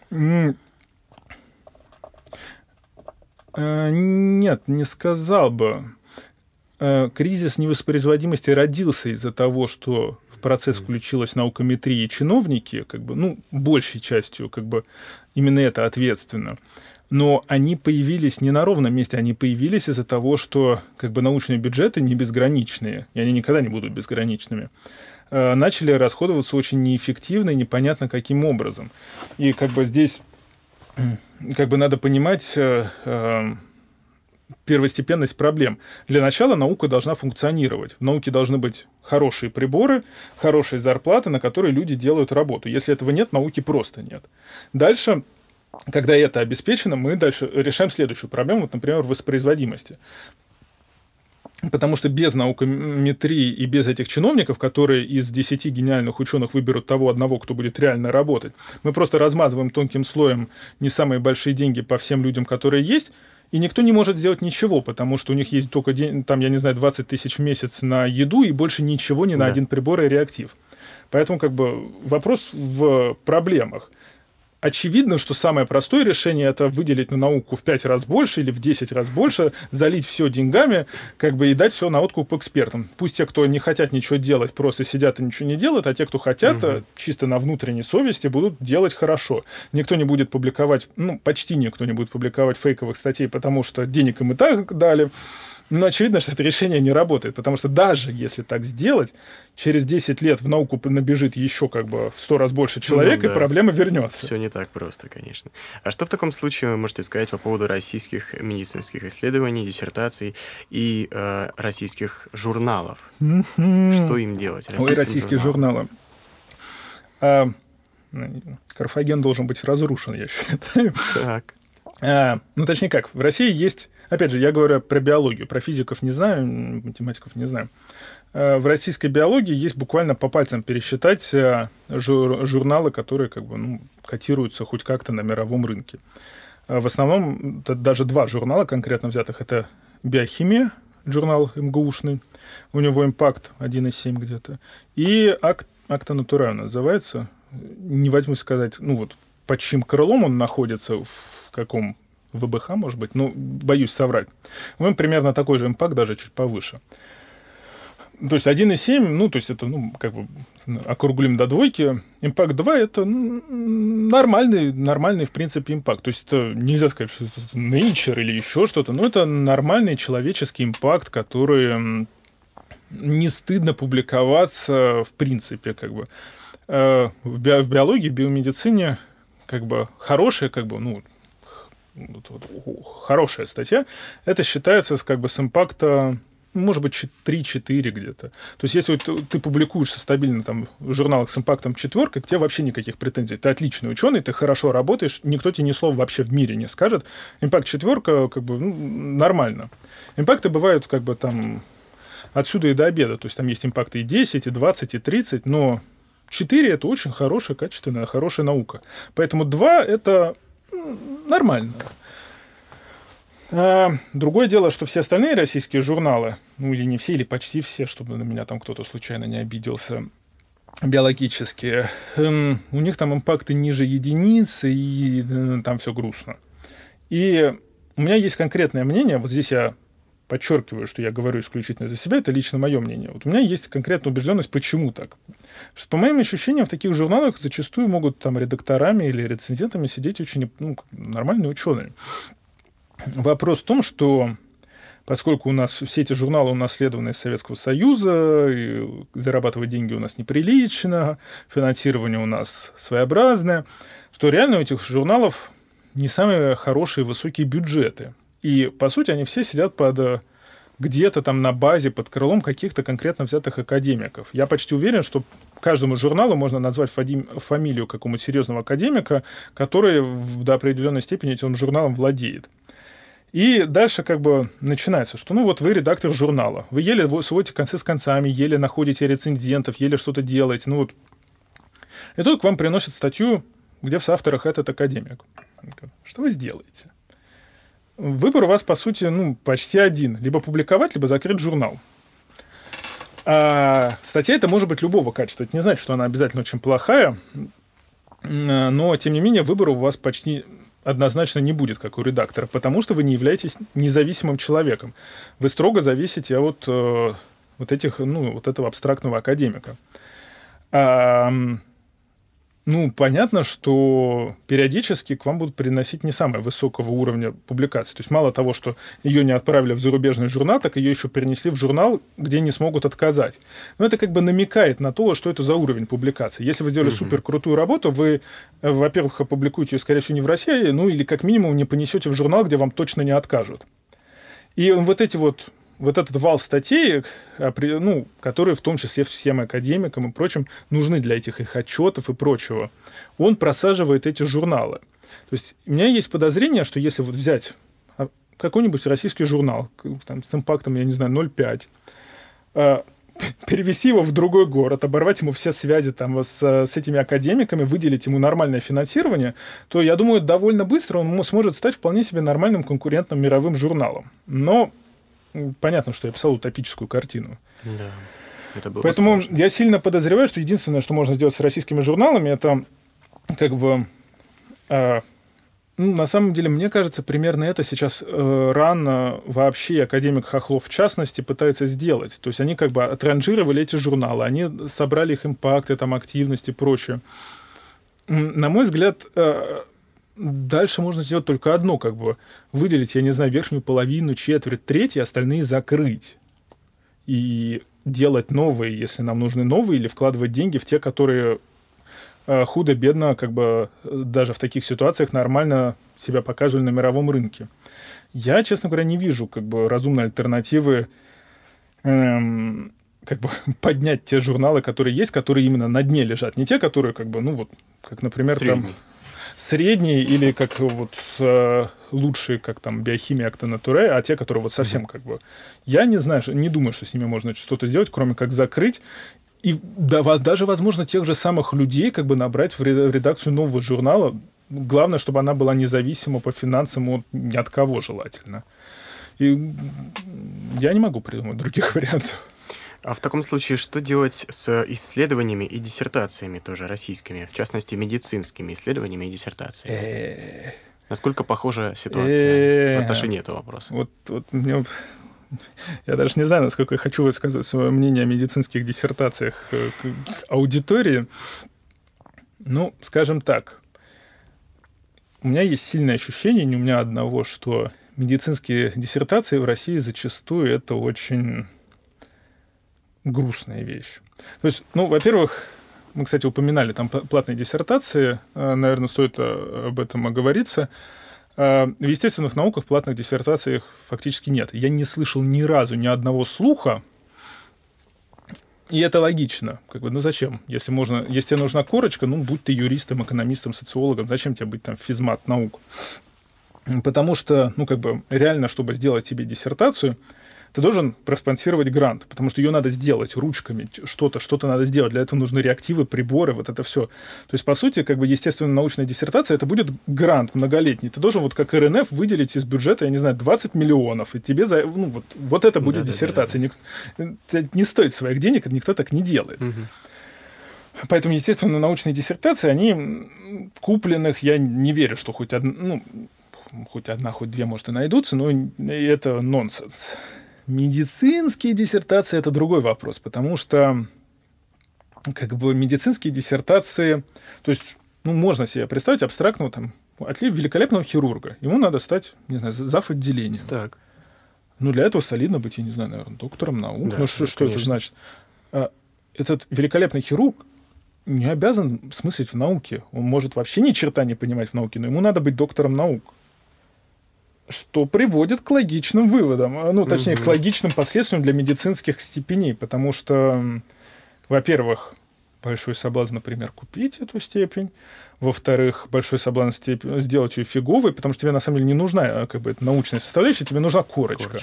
Нет, не сказал бы. Кризис невоспроизводимости родился из-за того, что в процесс включилась наукометрия и чиновники, как бы, ну, большей частью, как бы, именно это ответственно. Но они появились не на ровном месте, они появились из-за того, что как бы научные бюджеты не безграничные, и они никогда не будут безграничными, начали расходоваться очень неэффективно и непонятно каким образом. И как бы здесь как бы надо понимать первостепенность проблем. Для начала наука должна функционировать. В науке должны быть хорошие приборы, хорошие зарплаты, на которые люди делают работу. Если этого нет, науки просто нет. Дальше, когда это обеспечено, мы дальше решаем следующую проблему, вот, например, воспроизводимости. Потому что без наукометрии и без этих чиновников, которые из 10 гениальных ученых выберут того одного, кто будет реально работать, мы просто размазываем тонким слоем не самые большие деньги по всем людям, которые есть, и никто не может сделать ничего, потому что у них есть только, там, я не знаю, 20 тысяч в месяц на еду и больше ничего ни на один прибор и реактив. Поэтому как бы вопрос в проблемах. Очевидно, что самое простое решение — это выделить на науку в 5 раз больше или в 10 раз больше, залить все деньгами, как бы, и дать все на откуп экспертам. Пусть те, кто не хотят ничего делать, просто сидят и ничего не делают, а те, кто хотят, чисто на внутренней совести, будут делать хорошо. Никто не будет публиковать, ну, почти никто не будет публиковать фейковых статей, потому что денег им и так дали. Но очевидно, что это решение не работает, потому что даже если так сделать, через 10 лет в науку набежит еще как бы в 100 раз больше человек, и проблема вернется. Все не так просто, конечно. А что в таком случае вы можете сказать по поводу российских медицинских исследований, диссертаций и российских журналов? Что им делать? Российские журналы. Карфаген должен быть разрушен, я считаю. Так. Ну, точнее как, в России есть, опять же, я говорю про биологию, про физиков не знаю, математиков не знаю. В российской биологии есть буквально по пальцам пересчитать журналы, которые как бы, ну, котируются хоть как-то на мировом рынке. В основном даже 2 журнала конкретно взятых. Это «Биохимия», журнал МГУшный, у него импакт 1,7 где-то, и «Акта Натурая» называется. Не возьмусь сказать, ну вот, под чьим крылом он находится, в каком ВБХ, может быть, ну, боюсь соврать. У него примерно такой же импакт, даже чуть повыше. То есть 1,7, ну, то есть это, ну, как бы округлим до 2. Импакт 2 — это нормальный, в принципе, импакт. То есть это нельзя сказать, что это Nature или еще что-то, но это нормальный человеческий импакт, который не стыдно публиковаться в принципе, как бы. В биологии, в биомедицине как бы хорошая, как бы, ну, хорошая статья, это считается как бы с импакта, может быть, 3-4 где-то. То есть если ты публикуешься стабильно там, в журналах с импактом 4, к тебе вообще никаких претензий. Ты отличный ученый, ты хорошо работаешь, никто тебе ни слова вообще в мире не скажет. Импакт 4 как бы, ну, нормально. Импакты бывают как бы там отсюда и до обеда. То есть там есть импакты и 10, и 20, и 30, но 4 – это очень хорошая, качественная, хорошая наука. Поэтому 2 – это нормально. Другое дело, что все остальные российские журналы, ну или не все, или почти все, чтобы на меня там кто-то случайно не обиделся, биологические, у них там импакты ниже единицы, и там все грустно. И у меня есть конкретное мнение, вот здесь я подчеркиваю, что я говорю исключительно за себя, это лично мое мнение. Вот у меня есть конкретная убежденность, почему так. Что, по моим ощущениям, в таких журналах зачастую могут там редакторами или рецензентами сидеть очень нормальные ученые. Вопрос в том, что поскольку у нас все эти журналы унаследованы из Советского Союза, и зарабатывать деньги у нас неприлично, финансирование у нас своеобразное, что реально у этих журналов не самые хорошие высокие бюджеты. И, по сути, они все сидят под где-то там на базе, под крылом каких-то конкретно взятых академиков. Я почти уверен, что каждому журналу можно назвать фамилию какого-нибудь серьезного академика, который до определенной степени этим журналом владеет. И дальше как бы начинается, что ну вот вы редактор журнала, вы еле сводите концы с концами, еле находите рецензентов, еле что-то делаете. Ну вот. И тут к вам приносят статью, где в соавторах этот академик. Что вы сделаете? Выбор у вас, по сути, почти один. Либо публиковать, либо закрыть журнал. А статья это может быть любого качества. Это не значит, что она обязательно очень плохая, но, тем не менее, выбора у вас почти однозначно не будет, как у редактора, потому что вы не являетесь независимым человеком. Вы строго зависите от вот этого абстрактного академика. Понятно, что периодически к вам будут приносить не самого высокого уровня публикации. То есть мало того, что ее не отправили в зарубежный журнал, так ее еще перенесли в журнал, где не смогут отказать. Но это как бы намекает на то, что это за уровень публикации. Если вы сделали суперкрутую работу, вы, во-первых, опубликуете ее, скорее всего, не в России, или как минимум не понесете в журнал, где вам точно не откажут. И вот этот вал статей, которые в том числе всем академикам и прочим нужны для этих их отчетов и прочего, он просаживает эти журналы. То есть у меня есть подозрение, что если вот взять какой-нибудь российский журнал там, с импактом, я не знаю, 0,5, перевести его в другой город, оборвать ему все связи там, с этими академиками, выделить ему нормальное финансирование, то, я думаю, довольно быстро он сможет стать вполне себе нормальным конкурентным мировым журналом. Но понятно, что я писал утопическую картину. Да, это было Поэтому сложно. я сильно подозреваю, что единственное, что можно сделать с российскими журналами, это как бы... на самом деле, мне кажется, примерно это сейчас рано вообще академик Хохлов в частности пытается сделать. То есть они как бы отранжировали эти журналы, они собрали их импакты, там, активность и прочее. На мой взгляд... Дальше можно сделать только одно, как бы выделить, я не знаю, верхнюю половину, четверть, треть, и остальные закрыть. И делать новые, если нам нужны новые, или вкладывать деньги в те, которые худо-бедно, как бы даже в таких ситуациях нормально себя показывали на мировом рынке. Я, честно говоря, не вижу как бы разумной альтернативы как бы поднять те журналы, которые есть, которые именно на дне лежат. Не те, которые как бы, как, например, средние или как вот лучшие, как там биохимия Актонатуре, а те, которые вот совсем как бы... Я не знаю, не думаю, что с ними можно что-то сделать, кроме как закрыть. И даже, возможно, тех же самых людей как бы набрать в редакцию нового журнала. Главное, чтобы она была независима по финансам ни от кого желательно. И я не могу придумать других вариантов. А в таком случае, что делать с исследованиями и диссертациями тоже российскими, в частности, медицинскими исследованиями и диссертациями? Насколько похожа ситуация в отношении этого вопроса? Вот мне... Я даже не знаю, насколько я хочу высказывать свое мнение о медицинских диссертациях к аудитории. Скажем так, у меня есть сильное ощущение, не у меня одного, что медицинские диссертации в России зачастую это очень... грустная вещь. То есть, во-первых, мы, кстати, упоминали там платные диссертации, наверное, стоит об этом оговориться. В естественных науках платных диссертаций фактически нет. Я не слышал ни разу ни одного слуха, и это логично. Зачем? Если тебе нужна корочка, будь ты юристом, экономистом, социологом, зачем тебе быть там физмат наук? Потому что, реально, чтобы сделать тебе диссертацию, ты должен проспонсировать грант, потому что ее надо сделать ручками, что-то надо сделать. Для этого нужны реактивы, приборы, вот это все. То есть, по сути, как бы естественно-научная диссертация, это будет грант многолетний. Ты должен, вот как РНФ, выделить из бюджета, я не знаю, 20 миллионов, и тебе за... Ну, вот это будет диссертация. Это не стоит своих денег, никто так не делает. Поэтому, естественно, научные диссертации, они купленных, я не верю, что хоть одна, хоть две, может, и найдутся, но это нонсенс. Медицинские диссертации — это другой вопрос, потому что как бы медицинские диссертации, то есть, можно себе представить абстрактного великолепного хирурга. Ему надо стать, не знаю, зав. Отделением. Так. Для этого солидно быть, я не знаю, наверное, доктором наук. Да, что это значит? Этот великолепный хирург не обязан смыслить в науке. Он может вообще ни черта не понимать в науке, но ему надо быть доктором наук. Что приводит к логичным выводам, точнее, к логичным последствиям для медицинских степеней, потому что, во-первых, большой соблазн, например, купить эту степень, во-вторых, большой соблазн сделать ее фиговой, потому что тебе, на самом деле, не нужна эта научная составляющая, тебе нужна корочка.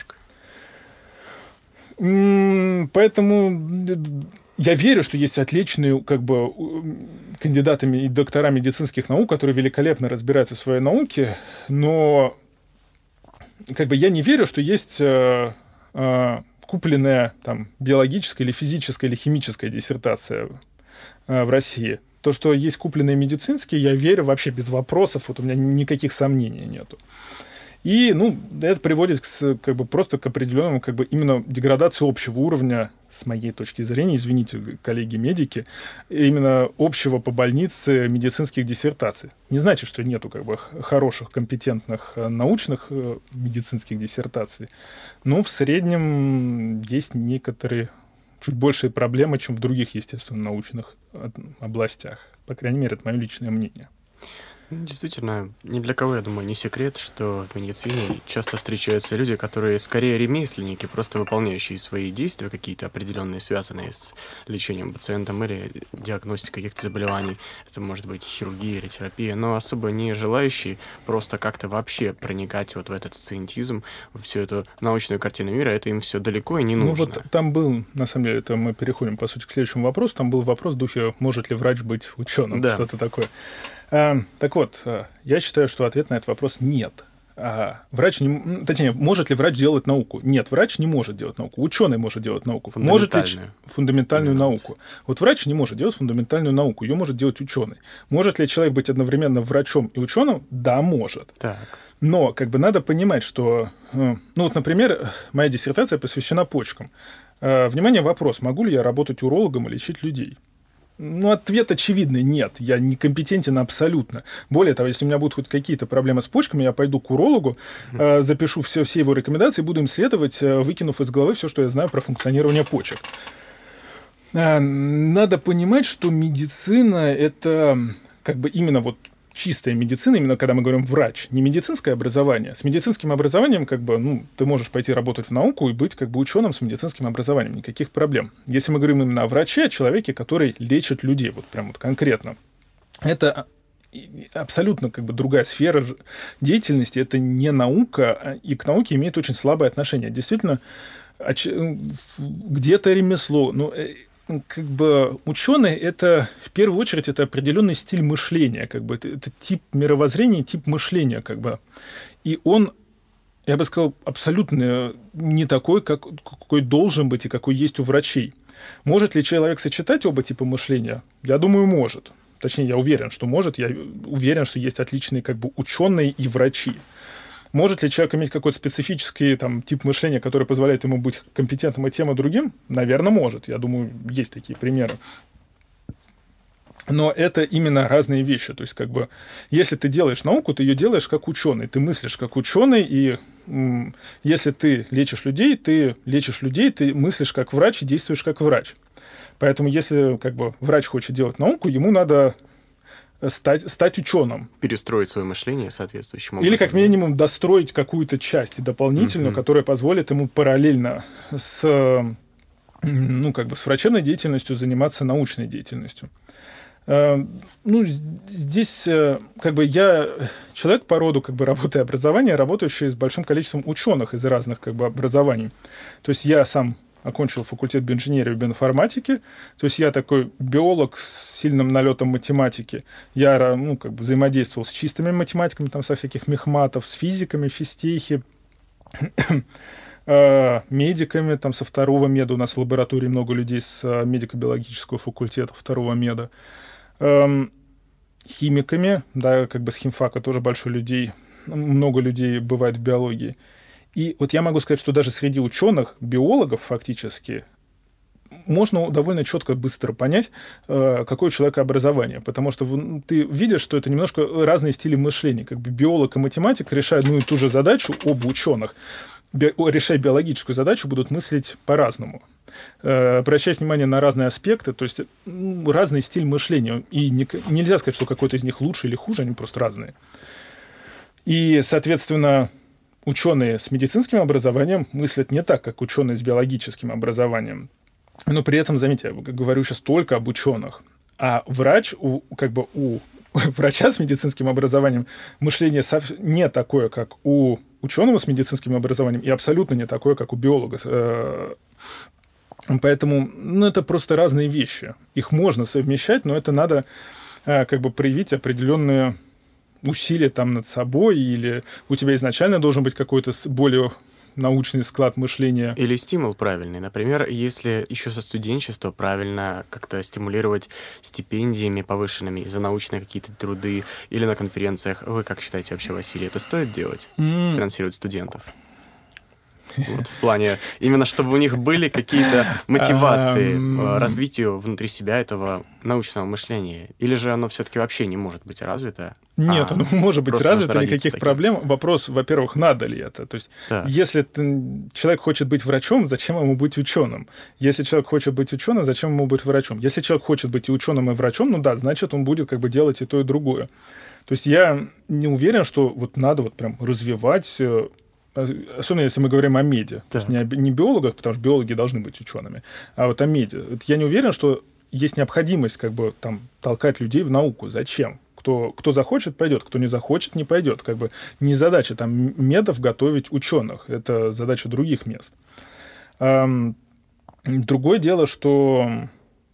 Поэтому я верю, что есть отличные кандидаты и доктора медицинских наук, которые великолепно разбираются в своей науке, но я не верю, что есть купленная биологическая или физическая или химическая диссертация в России. То, что есть купленные медицинские, я верю вообще без вопросов, у меня никаких сомнений нету. И, это приводит просто к определенному, именно деградации общего уровня, с моей точки зрения, извините, коллеги-медики, именно общего по больнице медицинских диссертаций. Не значит, что нету хороших, компетентных научных медицинских диссертаций, но в среднем есть некоторые чуть большие проблемы, чем в других, естественно, научных областях. По крайней мере, это мое личное мнение. Действительно, ни для кого, я думаю, не секрет, что в медицине часто встречаются люди, которые скорее ремесленники, просто выполняющие свои действия, какие-то определенные, связанные с лечением пациента или диагностикой каких-то заболеваний. Это может быть хирургия или терапия, но особо не желающие просто как-то вообще проникать в этот сциентизм, в всю эту научную картину мира. Это им все далеко и не нужно. Там был, на самом деле, это мы переходим, по сути, к следующему вопросу. Там был вопрос в духе, может ли врач быть ученым, что-то такое. Так вот, я считаю, что ответ на этот вопрос нет. Может ли врач делать науку? Нет, врач не может делать науку. Ученый может делать науку. Может ли фундаментальную науку? Вот врач не может делать фундаментальную науку, ее может делать ученый. Может ли человек быть одновременно врачом и ученым? Да, может. Так. Но надо понимать, что, например, моя диссертация посвящена почкам. Внимание, вопрос: могу ли я работать урологом и лечить людей? Ответ очевидный: нет, я некомпетентен абсолютно. Более того, если у меня будут хоть какие-то проблемы с почками, я пойду к урологу, запишу все его рекомендации, буду им следовать, выкинув из головы все, что я знаю про функционирование почек. Надо понимать, что медицина — это именно чистая медицина, именно когда мы говорим врач, не медицинское образование. С медицинским образованием ты можешь пойти работать в науку и быть ученым с медицинским образованием, никаких проблем. Если мы говорим именно о враче, о человеке, который лечит людей, конкретно, это абсолютно другая сфера деятельности, это не наука, и к науке имеет очень слабое отношение. Действительно, где-то ремесло, ученый — это в первую очередь это определенный стиль мышления, это тип мировоззрения, тип мышления, и он, я бы сказал, абсолютно не такой, какой должен быть и какой есть у врачей. Может ли человек сочетать оба типа мышления? Я думаю, может. Точнее, я уверен, что может. Я уверен, что есть отличные ученые и врачи. Может ли человек иметь какой-то специфический тип мышления, который позволяет ему быть компетентным и тем, и другим? Наверное, может. Я думаю, есть такие примеры. Но это именно разные вещи. То есть, если ты делаешь науку, ты ее делаешь как ученый. Ты мыслишь как ученый, и если ты лечишь людей, ты мыслишь как врач и действуешь как врач. Поэтому, если врач хочет делать науку, ему надо стать ученым. Перестроить свое мышление соответствующим образом. Или, как минимум, достроить какую-то часть дополнительную, которая позволит ему параллельно с врачебной деятельностью заниматься научной деятельностью. Ну, здесь как бы я человек по роду как бы работы и образования, работающий с большим количеством ученых из разных как бы образований. То есть я сам окончил факультет биоинженерии и биоинформатики, то есть я такой биолог с сильным налетом математики. Я как бы взаимодействовал с чистыми математиками, там, со всяких мехматов, с физиками, физтехи, медиками, там, со второго меда. У нас в лаборатории много людей с медико-биологического факультета второго меда. Химиками, да, как бы с химфака тоже много людей бывает в биологии. И вот я могу сказать, что даже среди ученых, биологов фактически, можно довольно четко, быстро понять, какое у человека образование. Потому что ты видишь, что это немножко разные стили мышления. Как бы биолог и математик решают одну и ту же задачу, оба ученых, решая биологическую задачу, будут мыслить по-разному. Обращать внимание на разные аспекты, то есть разный стиль мышления. И нельзя сказать, что какой-то из них лучше или хуже, они просто разные. И, соответственно, ученые с медицинским образованием мыслят не так, как ученые с биологическим образованием. Но при этом, заметьте, я говорю сейчас только об ученых. А врач, у врача с медицинским образованием мышление не такое, как у ученого с медицинским образованием, и абсолютно не такое, как у биолога. Поэтому это просто разные вещи. Их можно совмещать, но это надо как бы проявить определенные усилия там над собой, или у тебя изначально должен быть какой-то более научный склад мышления. Или стимул правильный. Например, если еще со студенчества правильно как-то стимулировать стипендиями повышенными за научные какие-то труды или на конференциях. Вы как считаете вообще, Василий, это стоит делать? Финансировать студентов? Вот в плане, именно чтобы у них были какие-то мотивации развитию внутри себя этого научного мышления. Или же оно все-таки вообще не может быть развито? Нет, оно может быть развито, никаких проблем. Вопрос, во-первых, надо ли это? То есть, если человек хочет быть врачом, зачем ему быть ученым? Если человек хочет быть ученым, зачем ему быть врачом? Если человек хочет быть и ученым, и врачом, ну да, значит, он будет как бы делать и то, и другое. То есть я не уверен, что вот надо вот прям развивать, особенно если мы говорим о меди. То есть не биологах, потому что биологи должны быть учеными, а вот о меди. Я не уверен, что есть необходимость как бы там толкать людей в науку. Зачем? Кто захочет, пойдет, кто не захочет, не пойдет. Как бы не задача там медов готовить ученых. Это задача других мест. Другое дело, что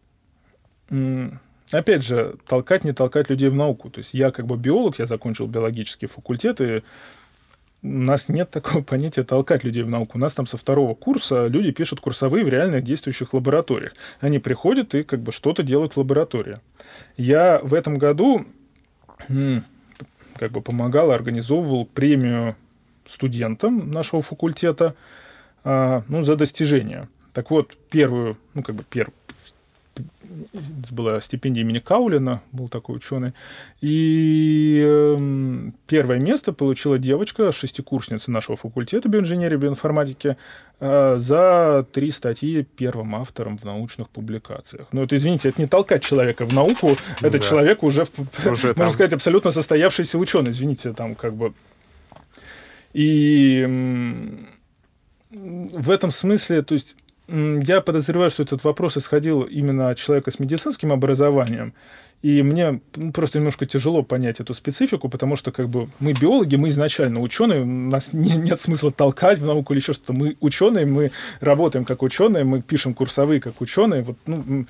опять же, не толкать людей в науку. То есть я как бы биолог, я закончил биологический факультет, и у нас нет такого понятия толкать людей в науку. У нас там со второго курса люди пишут курсовые в реальных действующих лабораториях. Они приходят и как бы что-то делают в лаборатории. Я в этом году как бы помогал, организовывал премию студентам нашего факультета за достижения. Так вот, первую была стипендия имени Каулина, был такой ученый. И первое место получила девочка, шестикурсница нашего факультета биоинженерии и биоинформатики, за 3 статьи первым автором в научных публикациях. Ну, это, извините, это не толкать человека в науку, это человек уже можно сказать, абсолютно состоявшийся ученый. Извините, там как бы... И в этом смысле, то есть, я подозреваю, что этот вопрос исходил именно от человека с медицинским образованием, и мне просто немножко тяжело понять эту специфику, потому что как бы мы биологи, мы изначально ученые, у нас нет смысла толкать в науку или еще что-то. Мы ученые, мы работаем как ученые, мы пишем курсовые как ученые. Вот,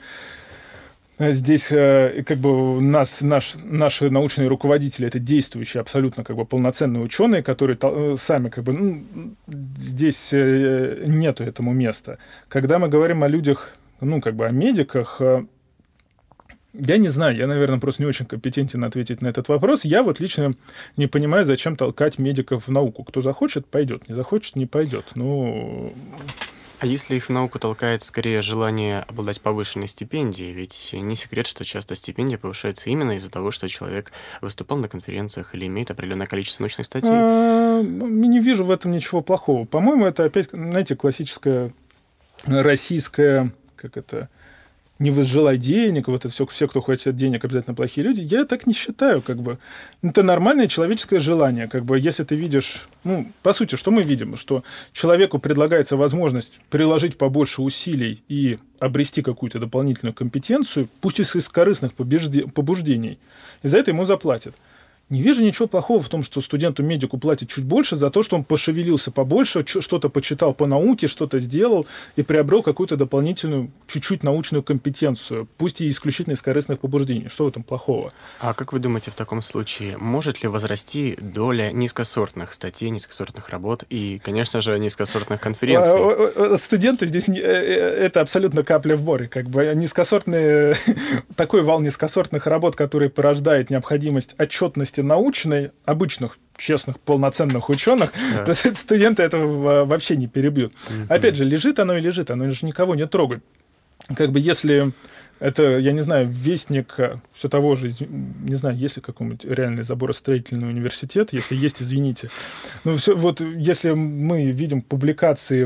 здесь как бы наши научные руководители — это действующие абсолютно как бы полноценные ученые, которые сами как бы... здесь нету этому места. Когда мы говорим о людях, как бы о медиках, я не знаю, я, наверное, просто не очень компетентен ответить на этот вопрос. Я вот лично не понимаю, зачем толкать медиков в науку. Кто захочет, пойдет, не захочет, не пойдет. А если их в науку толкает скорее желание обладать повышенной стипендией? Ведь не секрет, что часто стипендия повышается именно из-за того, что человек выступал на конференциях или имеет определенное количество научных статей. Не вижу в этом ничего плохого. По-моему, это опять, знаете, классическая российская, не возжелай денег, вот это все, кто хочет денег, обязательно плохие люди. Я так не считаю, как бы. Это нормальное человеческое желание, как бы, если ты видишь, ну, по сути, что мы видим? Что человеку предлагается возможность приложить побольше усилий и обрести какую-то дополнительную компетенцию, пусть и из корыстных побуждений, и за это ему заплатят. Не вижу ничего плохого в том, что студенту-медику платят чуть больше за то, что он пошевелился побольше, что-то почитал по науке, что-то сделал и приобрел какую-то дополнительную, чуть-чуть научную компетенцию, пусть и исключительно из корыстных побуждений. Что в этом плохого? А как вы думаете, в таком случае может ли возрасти доля низкосортных статей, низкосортных работ и, конечно же, низкосортных конференций? Студенты здесь это абсолютно капля в море. Как бы низкосортные, такой вал низкосортных работ, который порождает необходимость отчетности научной, обычных, честных, полноценных ученых, да. Студенты этого вообще не перебьют. Опять же, лежит оно и лежит, оно же никого не трогает. Как бы если это, я не знаю, вестник все того же, не знаю, есть ли какой-нибудь реальный заборостроительный университет, если есть, извините. Ну, все, вот если мы видим публикации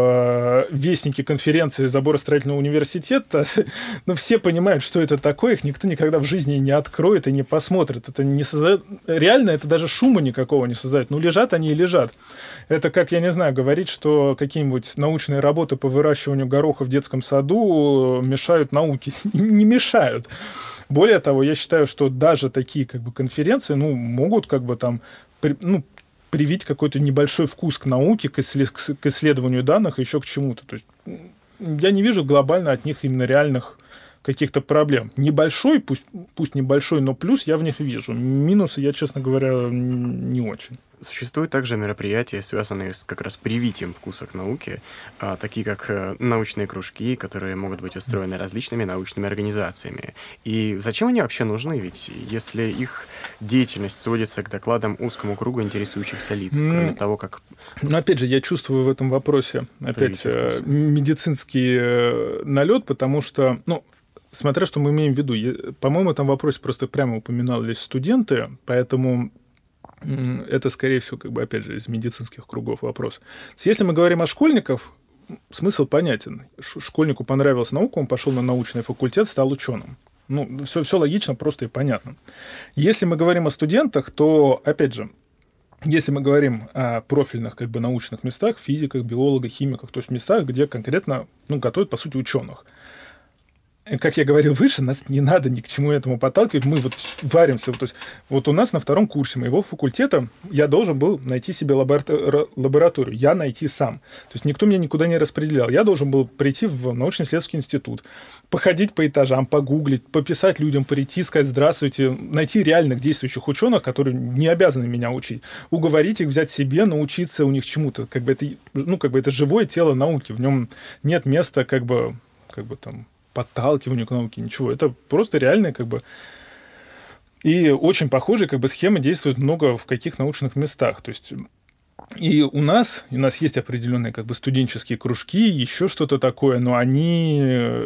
в вестнике конференции заборостроительного университета, ну, все понимают, что это такое, их никто никогда в жизни не откроет и не посмотрит. Это не создает, реально это даже шума никакого не создает. Ну, лежат они и лежат. Это как, я не знаю, говорить, что какие-нибудь научные работы по выращиванию гороха в детском саду мешают науке. Не мешают. Более того, я считаю, что даже такие как бы конференции, ну, могут как бы там, привить какой-то небольшой вкус к науке, к исследованию данных и еще к чему-то. То есть я не вижу глобально от них именно реальных каких-то проблем. Небольшой, пусть небольшой, но плюс я в них вижу. Минусы я, честно говоря, не очень. Существуют также мероприятия, связанные с как раз привитием вкуса к науке, такие как научные кружки, которые могут быть устроены различными научными организациями. И зачем они вообще нужны? Ведь если их деятельность сводится к докладам узкому кругу интересующихся лиц, кроме того, как... Но опять же, я чувствую в этом вопросе опять медицинский налет, потому что, ну, смотря что мы имеем в виду. По-моему, в этом вопросе просто прямо упоминались студенты, поэтому это, скорее всего, как бы, опять же, из медицинских кругов вопрос. Если мы говорим о школьниках, смысл понятен. Школьнику понравилась наука, он пошел на научный факультет, стал ученым. Ну, все логично, просто и понятно. Если мы говорим о студентах, то, опять же, если мы говорим о профильных как бы, научных местах, физиках, биологах, химиках, то есть местах, где конкретно готовят, по сути, ученых. Как я говорил выше, нас не надо ни к чему этому подталкивать. Мы вот варимся. То есть вот у нас на втором курсе моего факультета я должен был найти себе лабораторию. Я найти сам. То есть никто меня никуда не распределял. Я должен был прийти в научно-исследовательский институт, походить по этажам, погуглить, пописать людям, прийти, сказать «здравствуйте», найти реальных действующих ученых, которые не обязаны меня учить, уговорить их взять себе, научиться у них чему-то. Как бы это живое тело науки. В нем нет места как бы там подталкиванию к науке, ничего. Это просто реальные как бы... И очень похожие как бы схемы действуют много в каких научных местах. То есть и у нас есть определенные как бы студенческие кружки, еще что-то такое, но они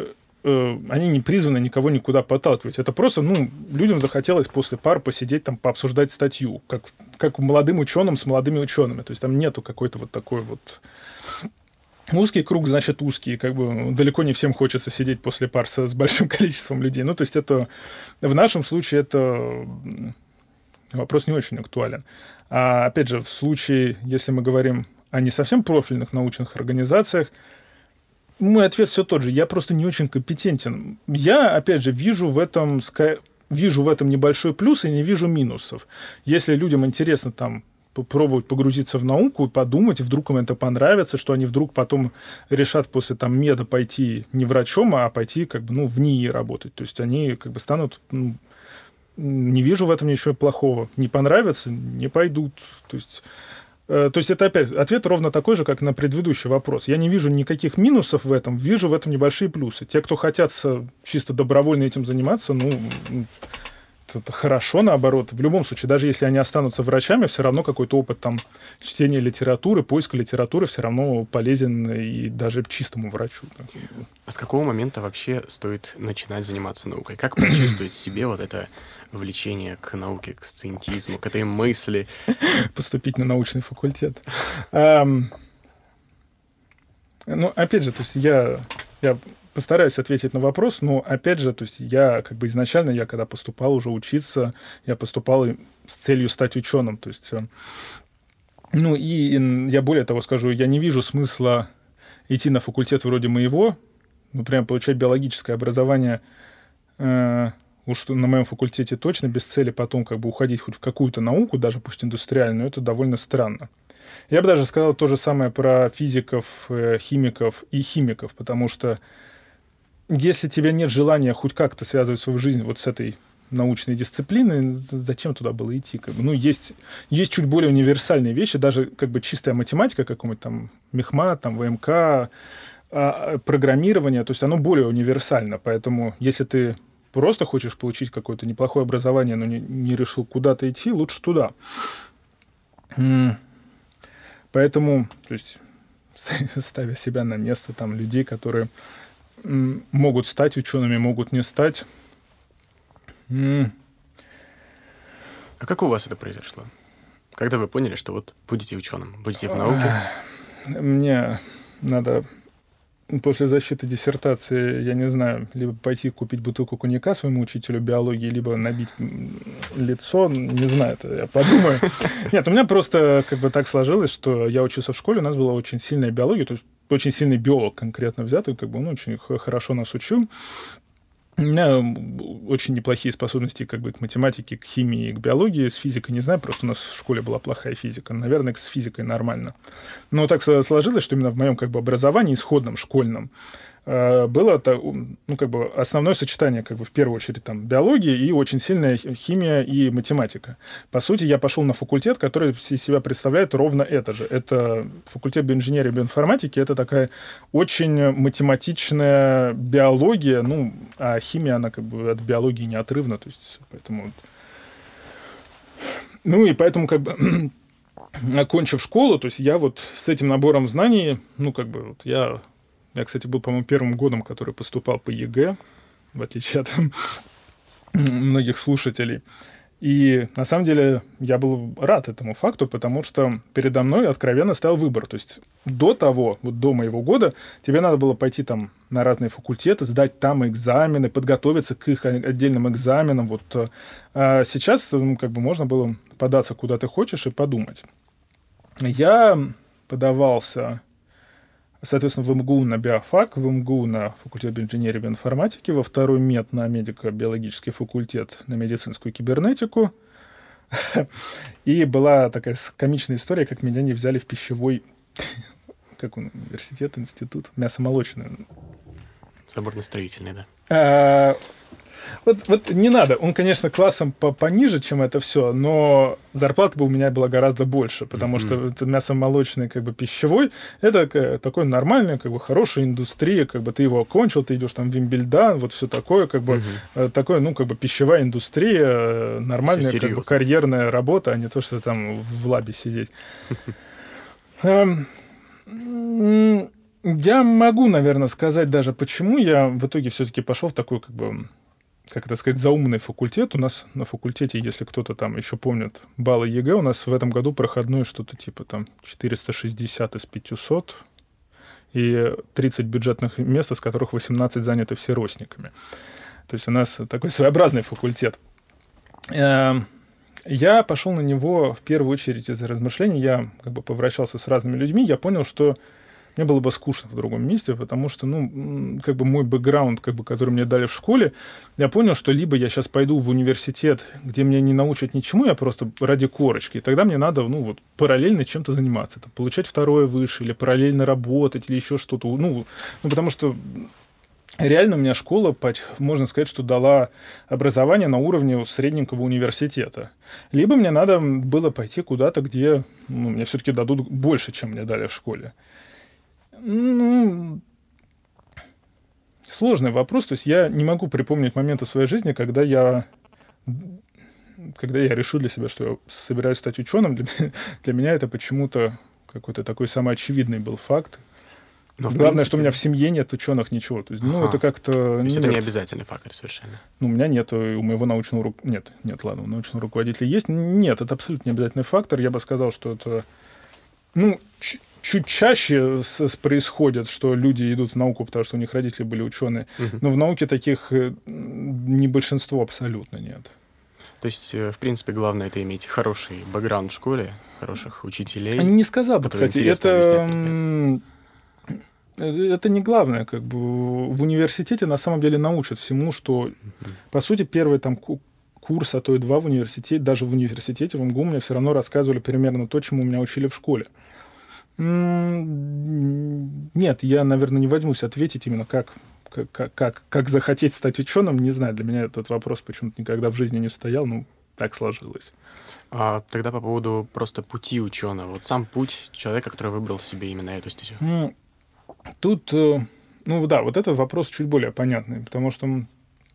не призваны никого никуда подталкивать. Это просто, людям захотелось после пар посидеть там, пообсуждать статью, как молодым ученым с молодыми учеными. То есть там нету какой-то вот такой вот... Узкий круг, значит, узкий. Как бы далеко не всем хочется сидеть после пар с большим количеством людей. Ну, то есть это в нашем случае это вопрос не очень актуален. А опять же, в случае, если мы говорим о не совсем профильных научных организациях, мой ответ все тот же. Я просто не очень компетентен. Я, опять же, вижу в этом небольшой плюс и не вижу минусов. Если людям интересно там попробовать погрузиться в науку и подумать, вдруг им это понравится, что они вдруг потом решат после там меда пойти не врачом, а пойти как бы, в НИИ работать. То есть они как бы станут... не вижу в этом ничего плохого. Не понравится — не пойдут. То есть это опять ответ ровно такой же, как на предыдущий вопрос. Я не вижу никаких минусов в этом, вижу в этом небольшие плюсы. Те, кто хотят чисто добровольно этим заниматься, это хорошо, наоборот. В любом случае, даже если они останутся врачами, все равно какой-то опыт там чтения литературы, поиска литературы все равно полезен и даже чистому врачу. А с какого момента вообще стоит начинать заниматься наукой? Как почувствовать в себе вот это влечение к науке, к сциентизму, к этой мысли? Поступить на научный факультет. Опять же, то есть я постараюсь ответить на вопрос, но, опять же, то есть я как бы изначально, я когда поступал уже учиться, я поступал с целью стать ученым. То есть, ну, и я более того скажу, я не вижу смысла идти на факультет вроде моего, например, получать биологическое образование, уж на моем факультете точно, без цели потом как бы уходить хоть в какую-то науку, даже пусть индустриальную, это довольно странно. Я бы даже сказал то же самое про физиков, химиков и химиков, потому что если тебе нет желания хоть как-то связывать свою жизнь вот с этой научной дисциплиной, зачем туда было идти? Как бы, ну, есть чуть более универсальные вещи, даже как бы чистая математика, какой-нибудь там мехмат, там ВМК, программирование, то есть оно более универсально, поэтому если ты просто хочешь получить какое-то неплохое образование, но не решил куда-то идти, лучше туда. Поэтому, то есть, ставя себя на место там людей, которые могут стать учеными, могут не стать. А как у вас это произошло? Когда вы поняли, что вот будете ученым, будете в науке? Мне надо после защиты диссертации, я не знаю, либо пойти купить бутылку коньяка своему учителю биологии, либо набить лицо, не знаю, это я подумаю. Нет, у меня просто как бы так сложилось, что я учился в школе, у нас была очень сильная биология, то есть очень сильный биолог конкретно взятый, как бы он очень хорошо нас учил. У меня очень неплохие способности как бы к математике, к химии, к биологии. С физикой не знаю, просто у нас в школе была плохая физика. Наверное, с физикой нормально. Но так сложилось, что именно в моем как бы образовании, исходном, школьном, было ну, как бы основное сочетание, как бы, в первую очередь, там, биологии и очень сильная химия и математика. По сути, я пошел на факультет, который из себя представляет ровно это же. Это факультет биоинженерии и биоинформатики. Это такая очень математичная биология, ну, а химия, она как бы от биологии неотрывна, то есть, поэтому... Ну, и поэтому, как бы, окончив школу, то есть я вот с этим набором знаний, ну, как бы, вот я, кстати, был, по-моему, первым годом, который поступал по ЕГЭ, в отличие от многих слушателей. И, на самом деле, я был рад этому факту, потому что передо мной откровенно стоял выбор. То есть до того, вот до моего года, тебе надо было пойти там на разные факультеты, сдать там экзамены, подготовиться к их отдельным экзаменам. Вот. А сейчас, ну, как бы можно было податься куда ты хочешь и подумать. Я подавался... Соответственно, в МГУ на биофак, в МГУ на факультет биоинженерии и биоинформатики, во второй мед на медико-биологический факультет на медицинскую кибернетику. И была такая комичная история, как меня не взяли в пищевой... Как он? Университет, институт? Мясомолочный. Заборно-строительный, да. Вот не надо. Он, конечно, классом пониже, чем это все, но зарплата бы у меня была гораздо больше, потому что это мясомолочный, как бы, пищевой, это такой нормальный, как бы, хорошая индустрия, как бы ты его окончил, ты идешь там в Вимбельдан, вот все такое, как бы, такое, ну, как бы, пищевая индустрия, нормальная, как бы, карьерная работа, а не то, что там в лабе сидеть. Я могу, наверное, сказать даже, почему я в итоге все-таки пошел в такой, как бы, как это сказать, заумный факультет. У нас на факультете, если кто-то там еще помнит баллы ЕГЭ, у нас в этом году проходное что-то типа там 460 из 500 и 30 бюджетных мест, из которых 18 заняты всеростниками. То есть у нас такой своеобразный факультет. Я пошел на него в первую очередь из-за размышлений. Я как бы повращался с разными людьми. Я понял, что мне было бы скучно в другом месте, потому что, ну, как бы мой бэкграунд, как бы, который мне дали в школе, я понял, что либо я сейчас пойду в университет, где меня не научат ничему, я просто ради корочки, и тогда мне надо, ну, вот, параллельно чем-то заниматься, там, получать второе выше, или параллельно работать, или еще что-то, ну, потому что реально у меня школа, можно сказать, что дала образование на уровне средненького университета. Либо мне надо было пойти куда-то, где, ну, мне все-таки дадут больше, чем мне дали в школе. Ну, сложный вопрос. То есть я не могу припомнить моменты в своей жизни, когда я решил для себя, что я собираюсь стать ученым. Для меня это почему-то какой-то такой самый очевидный был факт. Но, главное, принципе, что у меня в семье нет ученых, ничего. То есть, ну, это как-то... То есть это не обязательный фактор совершенно? Ну, у меня нет, у моего научного... Нет, ладно, у научного руководителя есть. Нет, это абсолютно не обязательный фактор. Я бы сказал, что это... Ну, чуть чаще происходит, что люди идут в науку, потому что у них родители были ученые. Но в науке таких не большинство абсолютно нет. То есть, в принципе, главное это иметь хороший бэкграунд в школе, хороших учителей. Не сказал бы, кстати, это не главное. Как бы в университете на самом деле научат всему, что, по сути, первый там курс, а то и два в университете, даже в университете, в МГУ мне все равно рассказывали примерно то, чему меня учили в школе. Нет, я, наверное, не возьмусь ответить именно как захотеть стать ученым, не знаю, для меня этот вопрос почему-то никогда в жизни не стоял, так сложилось. А тогда по поводу просто пути ученого, вот сам путь человека, который выбрал себе именно эту стезю. Тут, вот этот вопрос чуть более понятный, потому что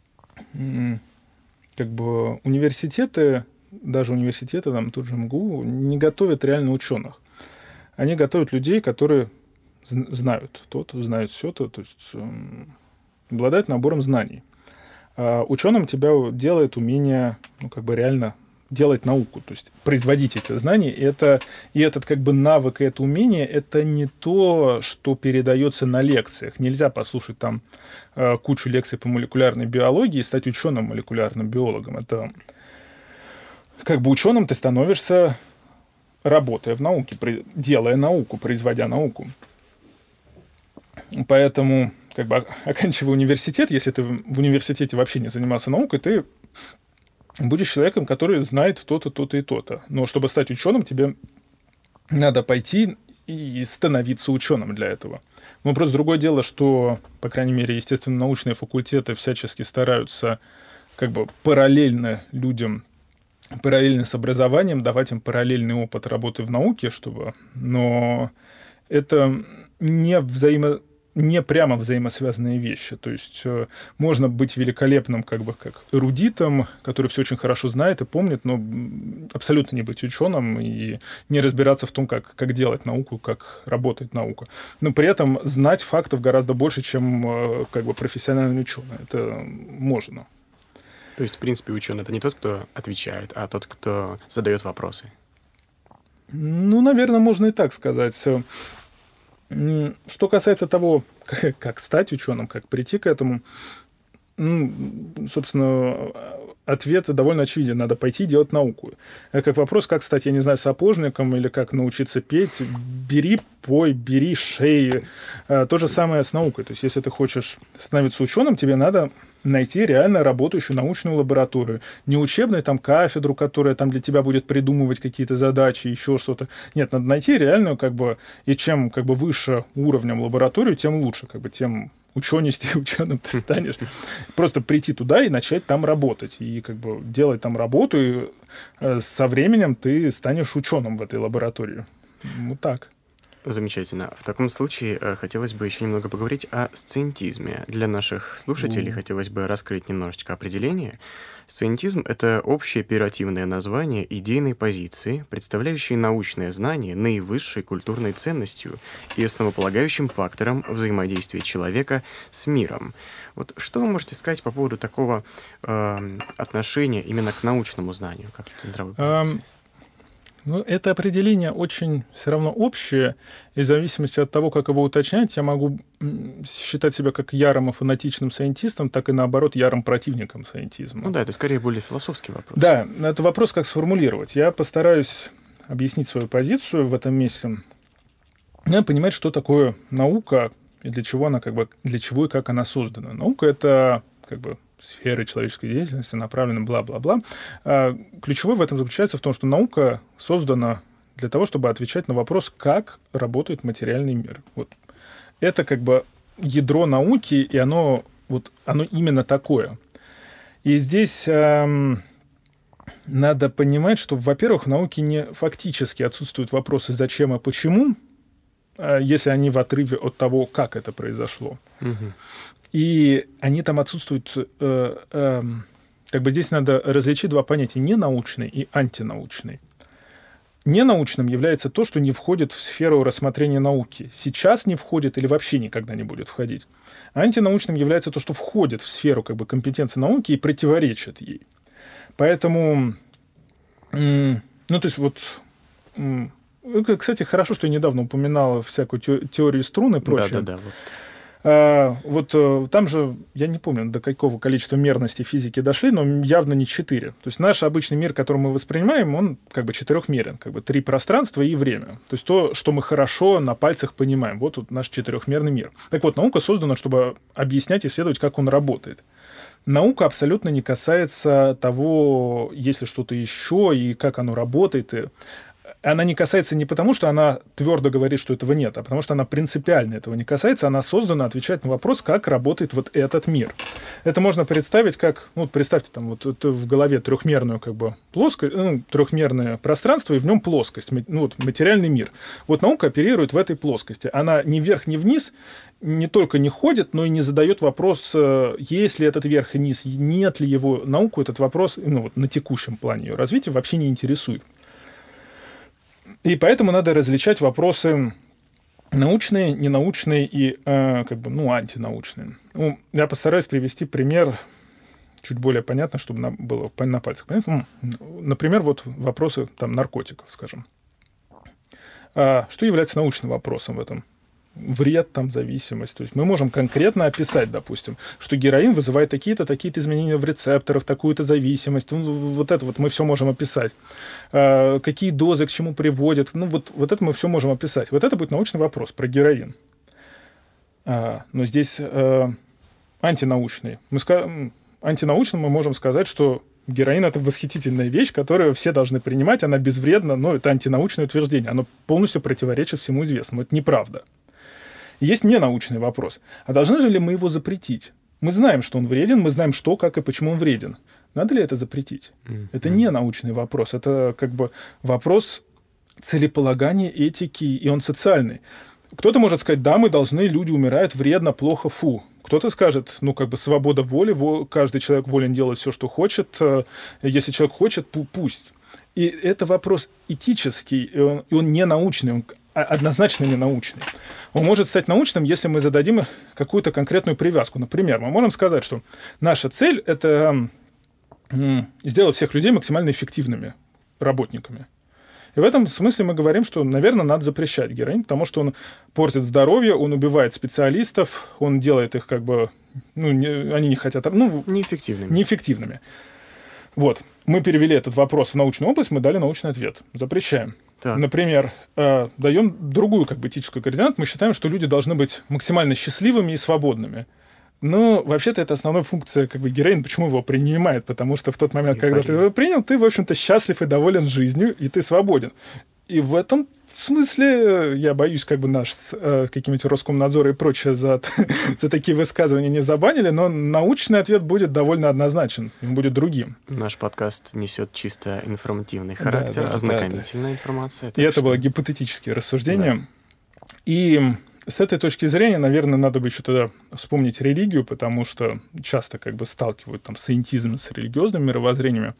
как бы университеты, даже университеты, там тот же МГУ, не готовят реально ученых. Они готовят людей, которые знают то-то, знают все-то, то есть обладают набором знаний. А ученым тебя делает умение, реально делать науку, то есть производить эти знания. И этот как бы навык и это умение, это не то, что передается на лекциях. Нельзя послушать там кучу лекций по молекулярной биологии и стать ученым молекулярным биологом. Это как бы ученым ты становишься, работая в науке, делая науку, производя науку. Поэтому, как бы, оканчивая университет, если ты в университете вообще не занимался наукой, ты будешь человеком, который знает то-то, то-то и то-то. Но чтобы стать ученым, тебе надо пойти и становиться ученым для этого. Но просто другое дело, что, по крайней мере, естественно-научные факультеты всячески стараются как бы параллельно людям, параллельно с образованием, давать им параллельный опыт работы в науке, но это не прямо взаимосвязанные вещи. То есть можно быть великолепным как эрудитом, который все очень хорошо знает и помнит, но абсолютно не быть ученым и не разбираться в том, как делать науку, как работает наука. Но при этом знать фактов гораздо больше, чем профессиональный ученый. Это можно. То есть, в принципе, ученый — это не тот, кто отвечает, а тот, кто задает вопросы. Наверное, можно и так сказать. Что касается того, как стать ученым, как прийти к этому, собственно, ответ довольно очевиден. Надо пойти делать науку. Это как вопрос, как стать, я не знаю, сапожником или как научиться петь. Бери, пой, бери, шеи. То же самое с наукой. То есть, если ты хочешь становиться ученым, тебе надо найти реально работающую научную лабораторию. Не учебную там кафедру, которая там для тебя будет придумывать какие-то задачи, еще что-то. Нет, надо найти реальную, и чем выше уровнем лабораторию, тем лучше, тем ученым ты станешь. Просто прийти туда и начать там работать. И делать там работу, и со временем ты станешь ученым в этой лаборатории. Вот так. Замечательно. В таком случае хотелось бы еще немного поговорить о сциентизме. Для наших слушателей хотелось бы раскрыть немножечко определение. Сциентизм — это общее оперативное название идейной позиции, представляющей научное знание наивысшей культурной ценностью и основополагающим фактором взаимодействия человека с миром. Вот что вы можете сказать по поводу такого отношения именно к научному знанию, как центровой позиции? Это определение очень все равно общее, и в зависимости от того, как его уточнять, я могу считать себя как ярым и фанатичным сcientistом, так и, наоборот, ярым противником сcientism. Это скорее более философский вопрос. Да, это вопрос, как сформулировать. Я постараюсь объяснить свою позицию в этом месте. Надо понимать, что такое наука, и для чего она, для чего и как она создана. Наука — это сферы человеческой деятельности, направлены бла-бла-бла. Ключевое в этом заключается в том, что наука создана для того, чтобы отвечать на вопрос, как работает материальный мир. Вот. Это ядро науки, и оно именно такое. И здесь надо понимать, что, во-первых, в науке не фактически отсутствуют вопросы «зачем» и «почему», если они в отрыве от того, как это произошло. И они там отсутствуют. Здесь надо различить два понятия: ненаучный и антинаучный. Ненаучным является то, что не входит в сферу рассмотрения науки. Сейчас не входит или вообще никогда не будет входить. Антинаучным является то, что входит в сферу компетенции науки и противоречит ей. Поэтому, Кстати, хорошо, что я недавно упоминал всякую теорию струн и прочее. Да-да-да. Там же, я не помню, до какого количества мерностей физики дошли, но явно не 4. То есть наш обычный мир, который мы воспринимаем, он как бы четырехмерен. Как бы 3 пространства и время. То есть то, что мы хорошо на пальцах понимаем. Вот тут наш четырехмерный мир. Так вот, наука создана, чтобы объяснять и исследовать, как он работает. Наука абсолютно не касается того, есть ли что-то еще и как оно работает. Она не касается не потому, что она твердо говорит, что этого нет, а потому что она принципиально этого не касается. Она создана отвечать на вопрос, как работает вот этот мир. Это можно представить как... Ну, представьте, там вот в голове трехмерную как бы плоскость, трехмерное пространство, и в нем плоскость, материальный мир. Вот наука оперирует в этой плоскости. Она ни вверх, ни вниз не только не ходит, но и не задает вопрос, есть ли этот верх и низ, нет ли его. Науку этот вопрос на текущем плане ее развития вообще не интересует. И поэтому надо различать вопросы научные, ненаучные и антинаучные. Я постараюсь привести пример чуть более понятно, чтобы было на пальцах понятно. Например, вот вопросы наркотиков, скажем. Что является научным вопросом в этом? Вред, зависимость. То есть мы можем конкретно описать, допустим, что героин вызывает такие-то изменения в рецепторах, такую-то зависимость. Вот это мы все можем описать. Какие дозы к чему приводят. Вот это мы все можем описать. Вот это будет научный вопрос про героин. Но здесь антинаучный. Антинаучным мы можем сказать, что героин — это восхитительная вещь, которую все должны принимать, она безвредна, но это антинаучное утверждение. Оно полностью противоречит всему известному. Это неправда. Есть ненаучный вопрос. А должны же ли мы его запретить? Мы знаем, что он вреден, мы знаем, что, как и почему он вреден. Надо ли это запретить? Это не научный вопрос. Это вопрос целеполагания, этики, и он социальный. Кто-то может сказать, да, люди умирают, вредно, плохо, фу. Кто-то скажет, свобода воли, каждый человек волен делать все, что хочет. Если человек хочет, пусть. И это вопрос этический, и он не научный, он однозначно не научный. Он может стать научным, если мы зададим какую-то конкретную привязку. Например, мы можем сказать, что наша цель — это сделать всех людей максимально эффективными работниками. И в этом смысле мы говорим, что, наверное, надо запрещать героин, потому что он портит здоровье, он убивает специалистов, он делает их они не хотят... неэффективными. Вот. Мы перевели этот вопрос в научную область, мы дали научный ответ. Запрещаем. Так. Например, даем другую этическую координату. Мы считаем, что люди должны быть максимально счастливыми и свободными. Но вообще-то это основная функция героин. Почему его принимает? Потому что в тот момент, когда ты его принял, ты, в общем-то, счастлив и доволен жизнью, и ты свободен. И в этом смысле я боюсь, наш какие-нибудь Роскомнадзор и прочее за такие высказывания не забанили, но научный ответ будет довольно однозначен, он будет другим. Наш подкаст несет чисто информативный характер, ознакомительная информация. И это было гипотетические рассуждения. Да. И с этой точки зрения, наверное, надо бы еще тогда вспомнить религию, потому что часто сталкивают саентизм с религиозными мировоззрениями.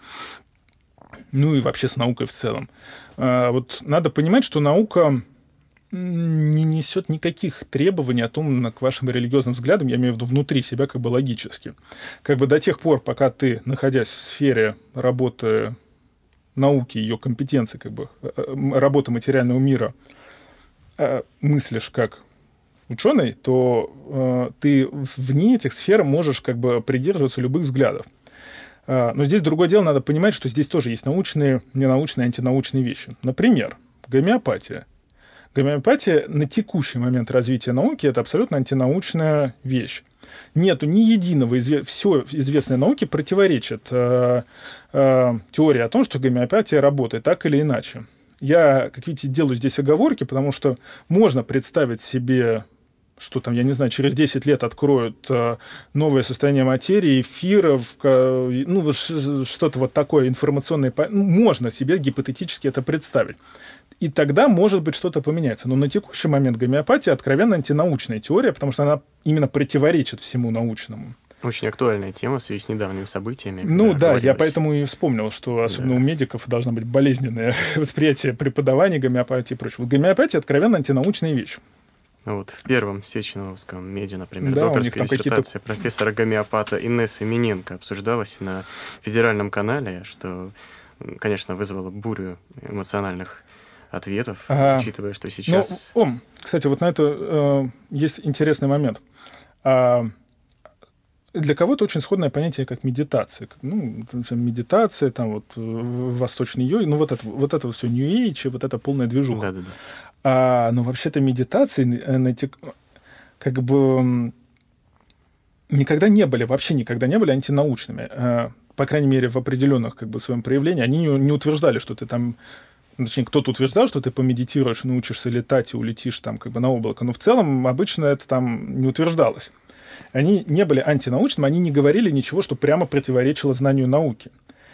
Ну и вообще с наукой в целом. Вот надо понимать, что наука не несет никаких требований о том, к вашим религиозным взглядам, я имею в виду внутри себя логически. До тех пор, пока ты, находясь в сфере работы науки, ее компетенции, работы материального мира, мыслишь как ученый, то ты вне этих сфер можешь придерживаться любых взглядов. Но здесь другое дело, надо понимать, что здесь тоже есть научные, ненаучные, антинаучные вещи. Например, гомеопатия. Гомеопатия на текущий момент развития науки — это абсолютно антинаучная вещь. Нету ни единого, все известной науке противоречит теории о том, что гомеопатия работает так или иначе. Я, как видите, делаю здесь оговорки, потому что можно представить себе, что через 10 лет откроют новое состояние материи, эфиров, что-то такое информационное. Можно себе гипотетически это представить. И тогда, может быть, что-то поменяется. Но на текущий момент гомеопатия откровенно антинаучная теория, потому что она именно противоречит всему научному. Очень актуальная тема в связи с недавними событиями. Я поэтому и вспомнил, что особенно у медиков должно быть болезненное восприятие преподавания гомеопатии и прочего. Гомеопатия — откровенно антинаучная вещь. Вот в первом Сеченовском меде, например, докторская диссертация профессора-гомеопата Инессы Миненко обсуждалась на федеральном канале, что, конечно, вызвало бурю эмоциональных ответов, учитывая, что сейчас... Кстати, вот на это есть интересный момент. Для кого-то очень сходное понятие, как медитация. Медитация, там вот восточный йога, вот это все New Age, вот это полная движуха. Да. Но вообще-то медитации как бы никогда не были антинаучными. По крайней мере, в определенных как бы своем проявлении. Они не утверждали, что ты там... Точнее, кто-то утверждал, что ты помедитируешь, научишься летать и улетишь там как бы на облако. Но в целом обычно это там не утверждалось. Они не были антинаучными, они не говорили ничего, что прямо противоречило знанию науки.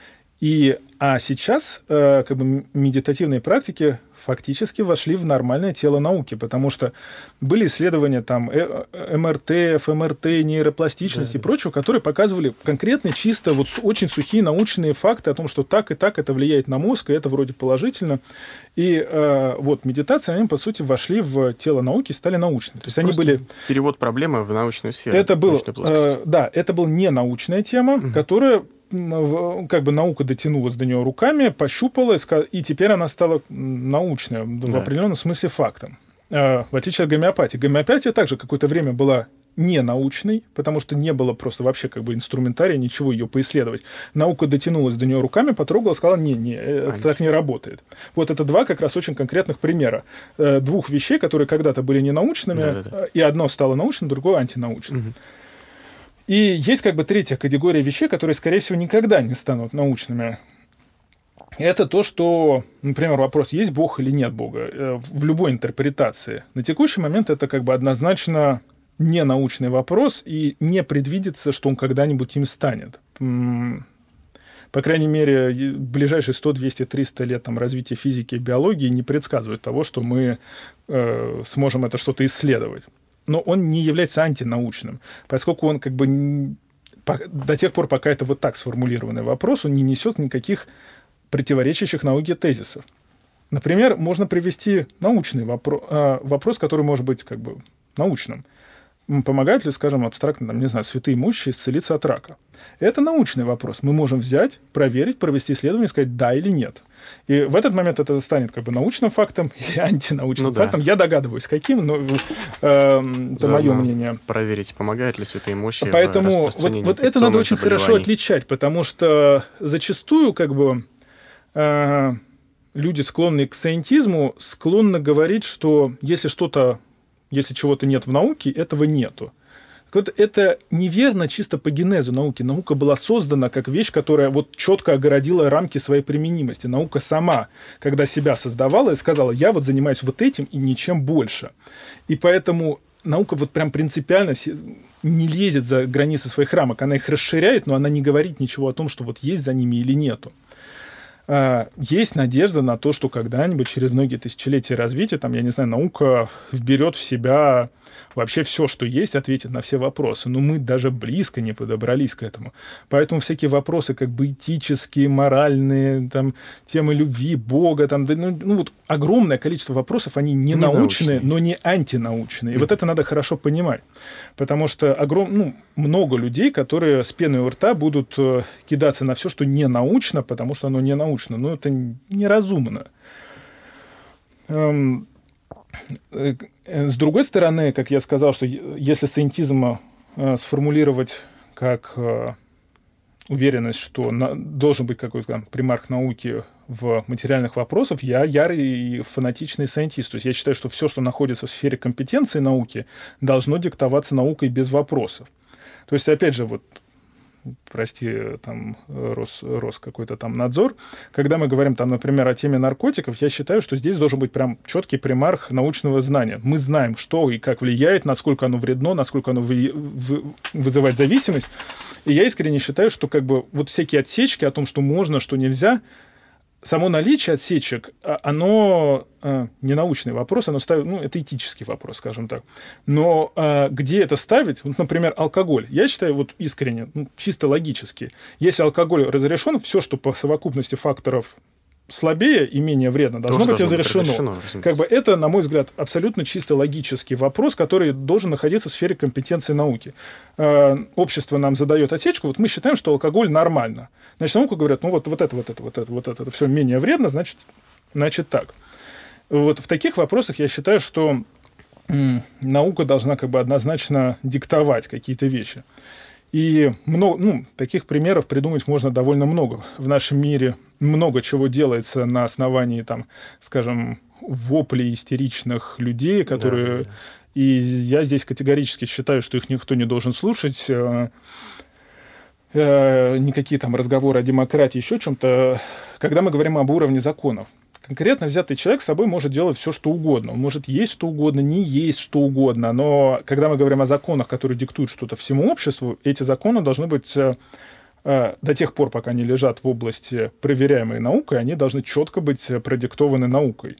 А сейчас как бы медитативные практики фактически вошли в нормальное тело науки, потому что были исследования там МРТ, ФМРТ, нейропластичность и прочего, которые показывали конкретно чисто вот очень сухие научные факты о том, что так и так это влияет на мозг, и это вроде положительно. И вот медитации, они, по сути, вошли в тело науки и стали научными. То есть они были... Перевод проблемы в научную сферу. Это был, это была не научная тема, которая... как бы наука дотянулась до нее руками, пощупала, и теперь она стала научной, в определенном смысле фактом. В отличие от гомеопатии. Гомеопатия также какое-то время была не научной, потому что не было просто вообще как бы инструментария, ничего ее поисследовать. Наука дотянулась до нее руками, потрогала, сказала, это так не работает. Вот это два как раз очень конкретных примера. Двух вещей, которые когда-то были ненаучными, и одно стало научным, другое антинаучным. И есть как бы третья категория вещей, которые, скорее всего, никогда не станут научными. Это то, что, например, вопрос, есть Бог или нет Бога, в любой интерпретации. На текущий момент это как бы однозначно не научный вопрос, и не предвидится, что он когда-нибудь им станет. По крайней мере, ближайшие 100, 200, 300 лет там, развития физики и биологии не предсказывают того, что мы сможем это что-то исследовать. Но он не является антинаучным, поскольку он как бы до тех пор, пока это вот так сформулированный вопрос, он не несет никаких противоречащих науке тезисов. Например, можно привести научный вопрос, который может быть как бы научным. Помогают ли, скажем, абстрактно, там, не знаю, святые имущие исцелиться от рака? Это научный вопрос. Мы можем взять, проверить, провести исследование и сказать да или нет. И в этот момент это станет как бы научным фактом или антинаучным фактом. Я догадываюсь, каким, но это мое мнение. Проверить, помогает ли святые имущие. Поэтому вот это надо очень хорошо отличать, потому что зачастую как бы люди, склонные к сциентизму, склонны говорить, что если чего-то нет в науке, этого нету. Вот это неверно чисто по генезу науки. Наука была создана как вещь, которая вот четко огородила рамки своей применимости. Наука сама, когда себя создавала, и сказала, я вот занимаюсь вот этим и ничем больше. И поэтому наука вот прям принципиально не лезет за границы своих рамок. Она их расширяет, но она не говорит ничего о том, что вот есть за ними или нету. Есть надежда на то, что когда-нибудь через многие тысячелетия развития, там, я не знаю, наука вберет в себя вообще все, что есть, ответит на все вопросы. Но мы даже близко не подобрались к этому. Поэтому всякие вопросы как бы этические, моральные, там, темы любви, Бога, там, вот огромное количество вопросов, они не научные, но не антинаучные. И вот это надо хорошо понимать. Потому что много людей, которые с пеной у рта будут кидаться на все, что не научно, потому что оно не научно. Но это неразумно. С другой стороны, как я сказал, что если сциентизм сформулировать как уверенность, что должен быть какой-то там примарх науки в материальных вопросах, я ярый и фанатичный сcientist. То есть я считаю, что все, что находится в сфере компетенции науки, должно диктоваться наукой без вопросов. То есть, опять же, вот прости, там, рос какой-то там надзор. Когда мы говорим, там, например, о теме наркотиков, я считаю, что здесь должен быть прям четкий примарх научного знания. Мы знаем, что и как влияет, насколько оно вредно, насколько оно вызывает зависимость. И я искренне считаю, что как бы вот всякие отсечки о том, что можно, что нельзя, само наличие отсечек, оно не научный вопрос, оно ставит, это этический вопрос, скажем так. Но где это ставить? Вот, например, алкоголь. Я считаю, вот искренне, чисто логически, если алкоголь разрешен, все, что по совокупности факторов слабее и менее вредно, должно быть разрешено. Как бы это, на мой взгляд, абсолютно чисто логический вопрос, который должен находиться в сфере компетенции науки. Общество нам задает отсечку, вот мы считаем, что алкоголь нормально. Значит, наука говорит, вот это все менее вредно, значит так. Вот в таких вопросах я считаю, что наука должна как бы однозначно диктовать какие-то вещи. И таких примеров придумать можно довольно много. В нашем мире много чего делается на основании, там, скажем, воплей истеричных людей, которые... Да. И я здесь категорически считаю, что их никто не должен слушать. Никакие там разговоры о демократии, еще чем-то. Когда мы говорим об уровне законов, конкретно взятый человек с собой может делать все, что угодно. Он может есть что угодно, не есть что угодно. Но когда мы говорим о законах, которые диктуют что-то всему обществу, эти законы должны быть до тех пор, пока они лежат в области, проверяемой наукой, они должны четко быть продиктованы наукой.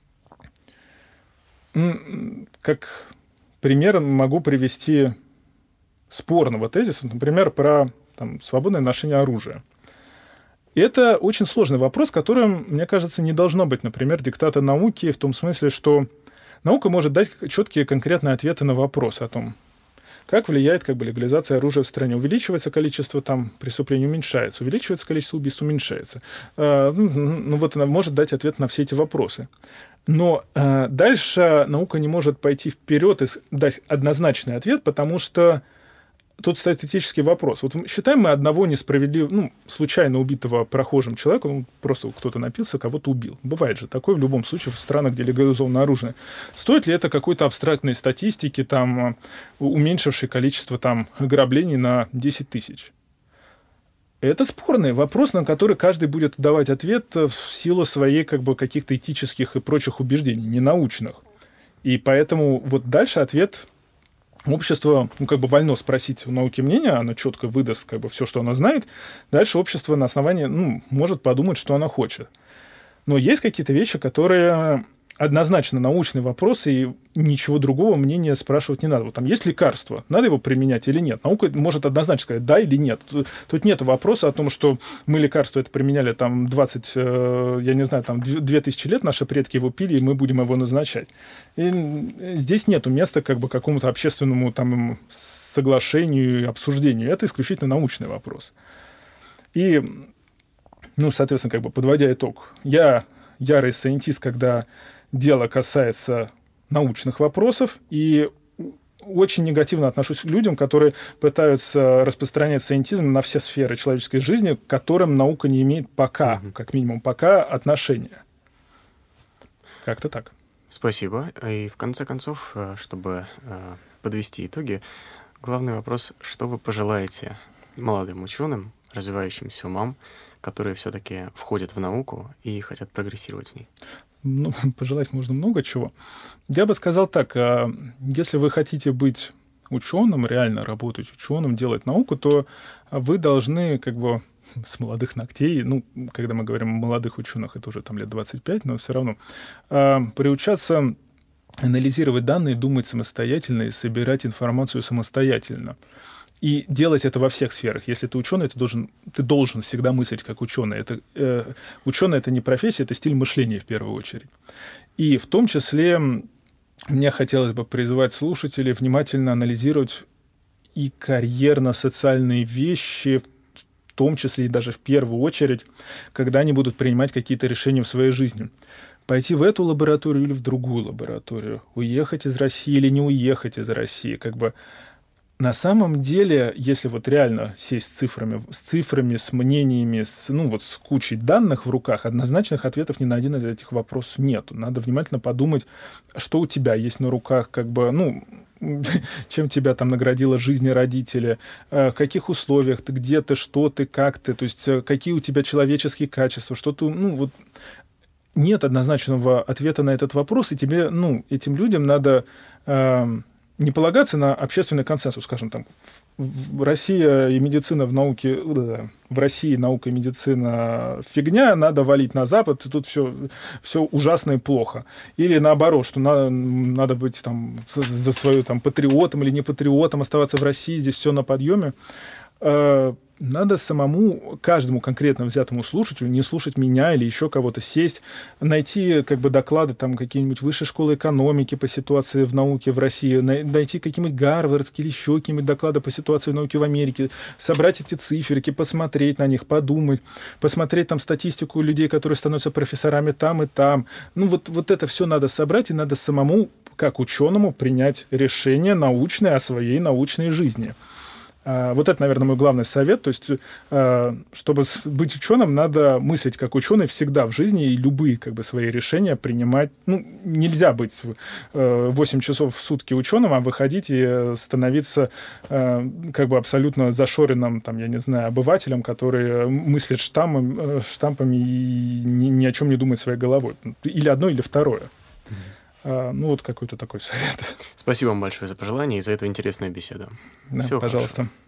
Как пример могу привести спорного тезиса, например, про свободное ношение оружия. Это очень сложный вопрос, которым, мне кажется, не должно быть, например, диктата науки в том смысле, что наука может дать четкие конкретные ответы на вопрос о том, как влияет как бы легализация оружия в стране. Увеличивается количество преступлений, уменьшается. Увеличивается количество убийств, уменьшается. Вот она может дать ответ на все эти вопросы. Но дальше наука не может пойти вперед и дать однозначный ответ, потому что тут стоит этический вопрос. Вот считаем мы одного несправедливого, случайно убитого прохожим человека, просто кто-то напился, кого-то убил. Бывает же такое в любом случае в странах, где легализовано оружие. Стоит ли это какой-то абстрактной статистики, уменьшившей количество ограблений на 10 тысяч? Это спорный вопрос, на который каждый будет давать ответ в силу своей каких-то этических и прочих убеждений, ненаучных. И поэтому вот дальше ответ... Общество, вольно спросить у науки мнения, оно четко выдаст все, что оно знает. Дальше общество на основании, может подумать, что оно хочет. Но есть какие-то вещи, которые однозначно научный вопрос, и ничего другого мнения спрашивать не надо. Вот есть лекарство, надо его применять или нет? Наука может однозначно сказать, да или нет. Тут нет вопроса о том, что мы лекарство это применяли 2000 лет, наши предки его пили, и мы будем его назначать. И здесь нету места какому-то общественному соглашению и обсуждению. Это исключительно научный вопрос. И, соответственно, подводя итог, я ярый сайентист, когда дело касается научных вопросов, и очень негативно отношусь к людям, которые пытаются распространять сайентизм на все сферы человеческой жизни, к которым наука не имеет пока, как минимум, пока отношения. Как-то так. Спасибо. И в конце концов, чтобы подвести итоги, главный вопрос, что вы пожелаете молодым ученым, развивающимся умам, которые все-таки входят в науку и хотят прогрессировать в ней? Пожелать можно много чего. Я бы сказал так, если вы хотите быть ученым, реально работать ученым, делать науку, то вы должны с молодых ногтей, когда мы говорим о молодых ученых, это уже лет 25, но все равно, приучаться анализировать данные, думать самостоятельно и собирать информацию самостоятельно. И делать это во всех сферах. Если ты ученый, ты должен всегда мыслить как ученый. Ученый — это не профессия, это стиль мышления в первую очередь. И в том числе мне хотелось бы призвать слушателей внимательно анализировать и карьерно-социальные вещи, в том числе и даже в первую очередь, когда они будут принимать какие-то решения в своей жизни. Пойти в эту лабораторию или в другую лабораторию, уехать из России или не уехать из России, На самом деле, если реально сесть с цифрами, с мнениями, с кучей данных в руках, однозначных ответов ни на один из этих вопросов нет. Надо внимательно подумать, что у тебя есть на руках, чем тебя наградила жизнь и родители, в каких условиях ты, где ты, что ты, как ты, то есть какие у тебя человеческие качества, что ты, нет однозначного ответа на этот вопрос, и тебе, этим людям надо не полагаться на общественный консенсус, скажем, в России и медицина в науке, в России наука и медицина фигня, надо валить на Запад, и тут все ужасно и плохо. Или наоборот, что надо быть за свою патриотом или не патриотом, оставаться в России, здесь все на подъеме. надо самому, каждому конкретно взятому слушателю, не слушать меня или еще кого-то, сесть, найти как бы доклады там какие-нибудь высшей школы экономики по ситуации в науке в России, найти какие-нибудь гарвардские или еще какие-нибудь доклады по ситуации в науке в Америке, собрать эти циферки, посмотреть на них, подумать, посмотреть там статистику людей, которые становятся профессорами там и там. Ну вот это все надо собрать, и надо самому, как ученому, принять решение научное о своей научной жизни. Вот это, наверное, мой главный совет. То есть, чтобы быть ученым, надо мыслить как ученый всегда в жизни и любые как бы, свои решения принимать. Ну, нельзя быть 8 часов в сутки ученым, а выходить и становиться как бы абсолютно зашоренным, там, я не знаю, обывателем, который мыслит штампами и ни о чем не думает своей головой. Или одно, или второе. Ну, вот какой-то такой совет. Спасибо вам большое за пожелание и за эту интересную беседу. Да, Всего пожалуйста. хорошего.